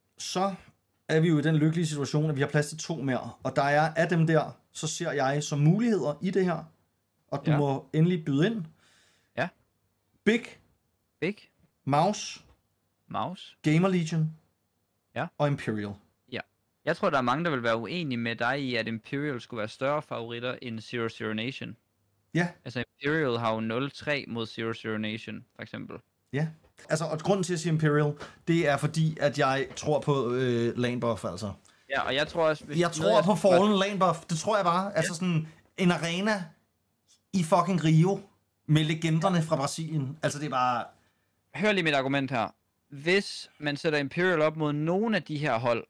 Speaker 1: Så er vi jo i den lykkelige situation, at vi har plads til to mere. Og der er af dem der, så ser jeg som muligheder i det her. Og du ja. må endelig byde ind.
Speaker 2: Ja.
Speaker 1: Big.
Speaker 2: Big.
Speaker 1: Mouse.
Speaker 2: Mouse.
Speaker 1: Gamer Legion.
Speaker 2: Ja.
Speaker 1: Og Imperial.
Speaker 2: Ja. Jeg tror, der er mange, der vil være uenige med dig i, at Imperial skulle være større favoritter end Zero Zero Nation.
Speaker 1: Ja.
Speaker 2: Altså Imperial har jo nul tre mod Zero Zero Nation, for eksempel.
Speaker 1: Ja. Altså, og grunden til at sige Imperial, det er fordi, at jeg tror på øh, lane buff, altså.
Speaker 2: Ja, og jeg tror også... Hvis
Speaker 1: jeg tror på Fallen lane buff, det tror jeg bare. Ja. Altså sådan en arena i fucking Rio med legenderne fra Brasilien. Altså, det er bare...
Speaker 2: Hør lige mit argument her. Hvis man sætter Imperial op mod nogle af de her hold,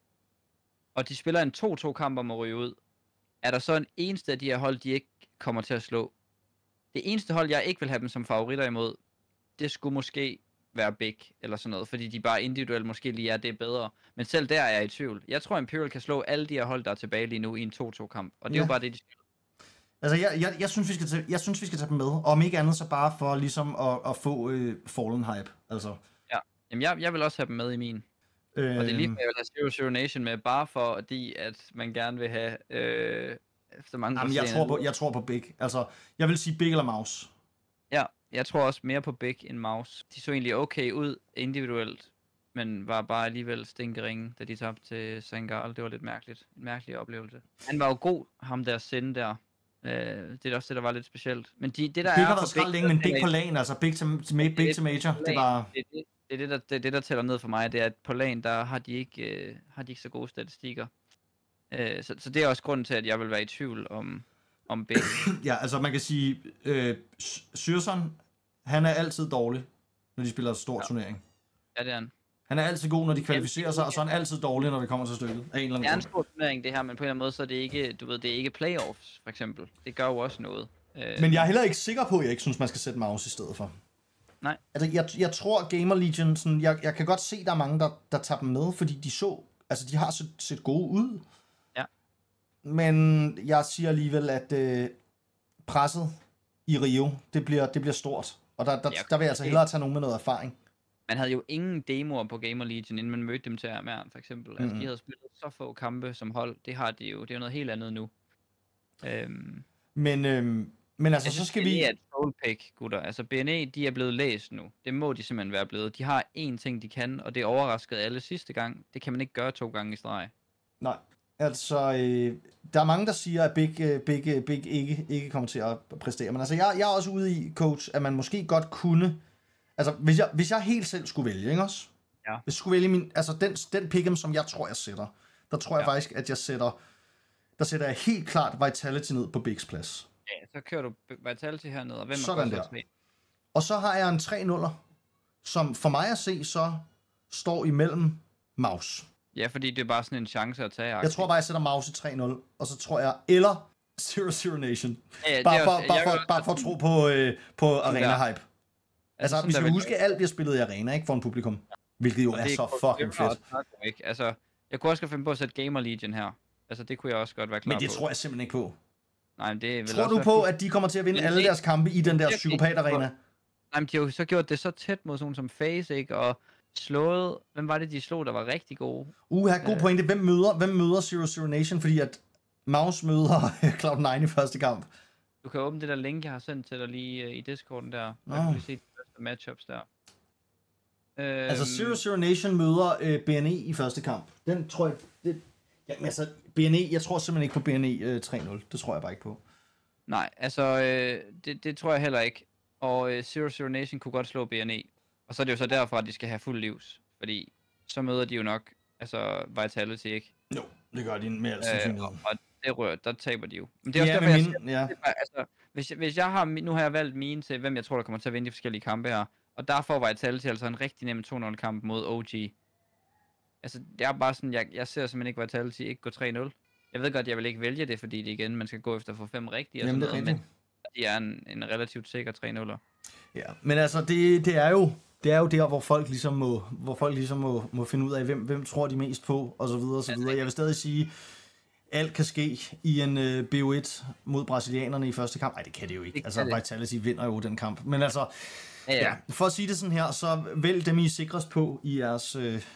Speaker 2: og de spiller en to to kamp om at ryge ud, er der så en eneste af de her hold, de ikke kommer til at slå? Det eneste hold, jeg ikke vil have dem som favoritter imod, det skulle måske være Big, eller sådan noget, fordi de bare individuelt måske lige er det bedre. Men selv der er jeg i tvivl. Jeg tror, Imperial kan slå alle de her hold, der er tilbage lige nu i en to to kamp, og det er ja. jo bare det, de skal.
Speaker 1: Altså, jeg, jeg, jeg, synes, vi skal tage, jeg synes, vi skal tage dem med, og om ikke andet, så bare for ligesom at, at få øh, Fallen hype, altså.
Speaker 2: Ja, jamen jeg, jeg vil også have dem med i min. Øh... Og det er lige, jeg vil have Zero Zero Nation med, bare fordi, at man gerne vil have øh, så mange...
Speaker 1: Jamen, jeg tror, på, jeg tror på Big. Altså, jeg vil sige Big eller Mouse.
Speaker 2: Ja, jeg tror også mere på Big end Mouse. De så egentlig okay ud individuelt, men var bare alligevel stinkeringe, da de tabte til Sangal. Det var lidt mærkeligt. En mærkelig oplevelse. Han var jo god, ham der Sende der. Uh, det er også det, der var lidt specielt. Men de, det, der
Speaker 1: Big
Speaker 2: er
Speaker 1: har været skrald længe, men Big på lane, altså Big til, til, Big det, til Major, det var...
Speaker 2: Det, det, det, er det, der, det, det, der tæller ned for mig, det er, at på lane, der har de ikke, uh, har de ikke så gode statistikker. Uh, så, så det er også grunden til, at jeg vil være i tvivl om, om Big.
Speaker 1: Ja, altså man kan sige, øh, Syrson, han er altid dårlig, når de spiller stor ja. turnering.
Speaker 2: Ja, det er han.
Speaker 1: Han er altid god, når de kvalificerer sig, og så er han altid dårlig, når det kommer til stykket. Af en eller anden
Speaker 2: det er en stor turnering, det her, men på en eller anden måde, så er det ikke, du ved, det er ikke playoffs, for eksempel. Det gør jo også noget.
Speaker 1: Men jeg er heller ikke sikker på, at jeg ikke synes, man skal sætte Mouse i stedet for.
Speaker 2: Nej.
Speaker 1: Altså, jeg, jeg tror, Gamer Legion, sådan, jeg, jeg kan godt se, at der er mange, der, der tager dem med, fordi de så, altså de har set, set gode ud.
Speaker 2: Ja.
Speaker 1: Men jeg siger alligevel, at øh, presset i Rio, det bliver, det bliver stort. Og der, der, ja, der vil jeg altså hellere tage nogen med noget erfaring.
Speaker 2: Man havde jo ingen demoer på Gamer Legion, inden man mødte dem til R M R, for eksempel. Mm-hmm. Altså, de havde spillet så få kampe som hold. Det har de jo. Det er jo noget helt andet nu. Øhm,
Speaker 1: men, øhm, men altså, så skal vi...
Speaker 2: Det er et troll pick, gutter. Altså, B N E, de er blevet læst nu. Det må de simpelthen være blevet. De har én ting, de kan, og det overraskede alle sidste gang. Det kan man ikke gøre to gange i streg.
Speaker 1: Nej. Altså, øh, der er mange, der siger, at Big, øh, Big, øh, Big ikke, ikke kommer til at præstere. Men altså, jeg, jeg er også ude i, coach, at man måske godt kunne... Altså, hvis jeg, hvis jeg helt selv skulle vælge, ikke også?
Speaker 2: Ja.
Speaker 1: Hvis jeg skulle vælge min... Altså, den, den pick'em, som jeg tror, jeg sætter, der tror jeg ja. faktisk, at jeg sætter... Der sætter jeg helt klart Vitality ned på Bigs plads.
Speaker 2: Ja, så kører du Vitality hernede, og hvem
Speaker 1: sådan der. tre? Og så har jeg en tre nuller, som for mig at se, så står imellem Mouse.
Speaker 2: Ja, fordi det er bare sådan en chance at tage.
Speaker 1: Jeg tror bare, jeg sætter Mouse i tre nul, og så tror jeg... Eller Zero Zero Nation.
Speaker 2: Ja, ja,
Speaker 1: bare, for,
Speaker 2: også,
Speaker 1: bare, for,
Speaker 2: også,
Speaker 1: bare for at tro på, øh, på arena-hype. Altså,
Speaker 2: altså
Speaker 1: vi skal huske, at alt bliver spillet i arena, ikke? For en publikum. Hvilket jo er, er så fucking fedt.
Speaker 2: Ikke? Altså, jeg kunne også godt finde på at sætte Gamer Legion her. Altså, det kunne jeg også godt være klar på.
Speaker 1: Men det på. tror jeg simpelthen ikke på.
Speaker 2: Nej, men det vil
Speaker 1: tror du på, at de kommer til at vinde alle deres kampe i den der psykopat-arena?
Speaker 2: Nej, men de har jo så gjort det så tæt mod sådan som FaZe, ikke? Og slået... Hvem var det, de slog, der var rigtig gode?
Speaker 1: Uh, her god pointe. Hvem møder, hvem møder Zero Zero Nation? Fordi at Mouse møder Cloud nine i første kamp.
Speaker 2: Du kan åbne det der link, jeg har sendt til dig lige uh, i Discorden der. Der
Speaker 1: oh.
Speaker 2: kan vi se de første matchups der. Øhm...
Speaker 1: Altså, Zero Zero Nation møder uh, B N E i første kamp. Den tror jeg... Det... Jamen altså, B N E, jeg tror simpelthen ikke på B N E uh, tre nul. Det tror jeg bare ikke på.
Speaker 2: Nej, altså, øh, det, det tror jeg heller ikke. Og øh, Zero Zero Nation kunne godt slå B N E. Og så er det jo så derfra, at de skal have fuld livs. Fordi så møder de jo nok, altså, Vitality, ikke?
Speaker 1: Jo, det gør de med al sandsynlighed.
Speaker 2: Øh, og det rører, der taber de jo. Men det er også ja, derfor, jeg
Speaker 1: min, ja.
Speaker 2: siger, altså, hvis, hvis jeg har, nu har jeg valgt mine til, hvem jeg tror, der kommer til at vinde de forskellige kampe her. Og der får Vitality altså en rigtig nem to nul kamp mod O G. Altså, det er bare sådan, jeg, jeg ser simpelthen ikke Vitality ikke gå tre nul. Jeg ved godt, jeg vil ikke vælge det, fordi det igen, man skal gå efter at få fem rigtige og sådan noget, men de er en, en relativt sikker tre nuller.
Speaker 1: Ja, men altså, det, det er jo det er jo der, hvor folk ligesom må, hvor folk ligesom må, må finde ud af, hvem, hvem tror de mest på, og så videre, og så videre. Jeg vil stadig sige, alt kan ske i en uh, B O et mod brasilianerne i første kamp. Nej, det kan det jo ikke. Det altså, Vitality vinder jo den kamp. Men altså, ja, ja. Ja, for at sige det sådan her, så vælg dem, I sikrest på i jeres, øh,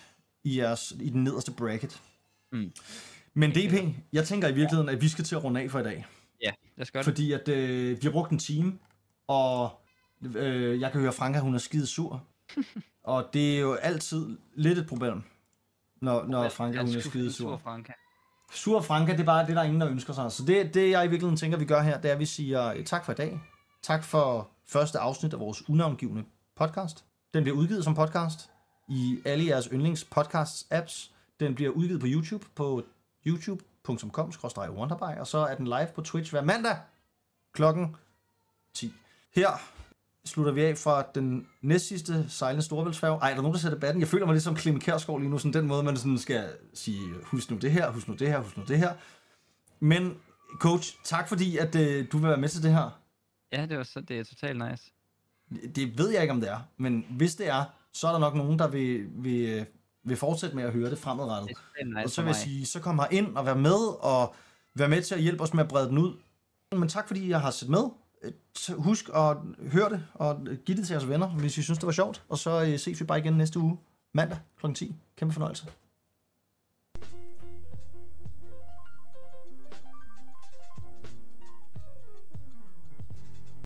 Speaker 1: i, jeres, i den nederste bracket.
Speaker 2: Mm.
Speaker 1: Men D P, jeg tænker i virkeligheden, at vi skal til at runde af for i dag.
Speaker 2: Ja, lad os gøre det.
Speaker 1: Fordi at, øh, vi har brugt en time, og øh, jeg kan høre, at Franka, hun er skide sur. Og det er jo altid lidt et problem, når, når Franka, hun er skide sur.
Speaker 2: Sur Franka.
Speaker 1: Sur Franka, det er bare det, der er ingen, der ønsker sig. Så det, det jeg i virkeligheden tænker, vi gør her, det er, at vi siger tak for i dag. Tak for første afsnit af vores unavngivne podcast. Den bliver udgivet som podcast i alle jeres yndlings podcasts apps. Den bliver udgivet på YouTube på youtube punktum com skråstreg wonderby, og så er den live på Twitch hver mandag klokken ti. Her slutter vi af fra den næstsidste sejlende Storebæltsfærge. Ej, der er nogen, der sætter debatten. Jeg føler mig lidt som Clement Kjærsgaard lige nu, sådan den måde, man sådan skal sige, husk nu det her, husk nu det her, husk nu det her. Men coach, tak fordi, at øh, du vil være med til det her.
Speaker 2: Ja, det, var så, det er totalt nice.
Speaker 1: Det ved jeg ikke, om det er, men hvis det er, så er der nok nogen, der vil, vil, vil fortsætte med at høre det fremadrettet.
Speaker 2: Det er nice.
Speaker 1: Og så vil jeg sige, så kom her ind og vær med, og vær med til at hjælpe os med at brede den ud. Men tak fordi jeg har set med. Husk at høre det, og give det til jeres venner, hvis I synes, det var sjovt. Og så ses vi bare igen næste uge, mandag klokken ti. Kæmpe fornøjelse.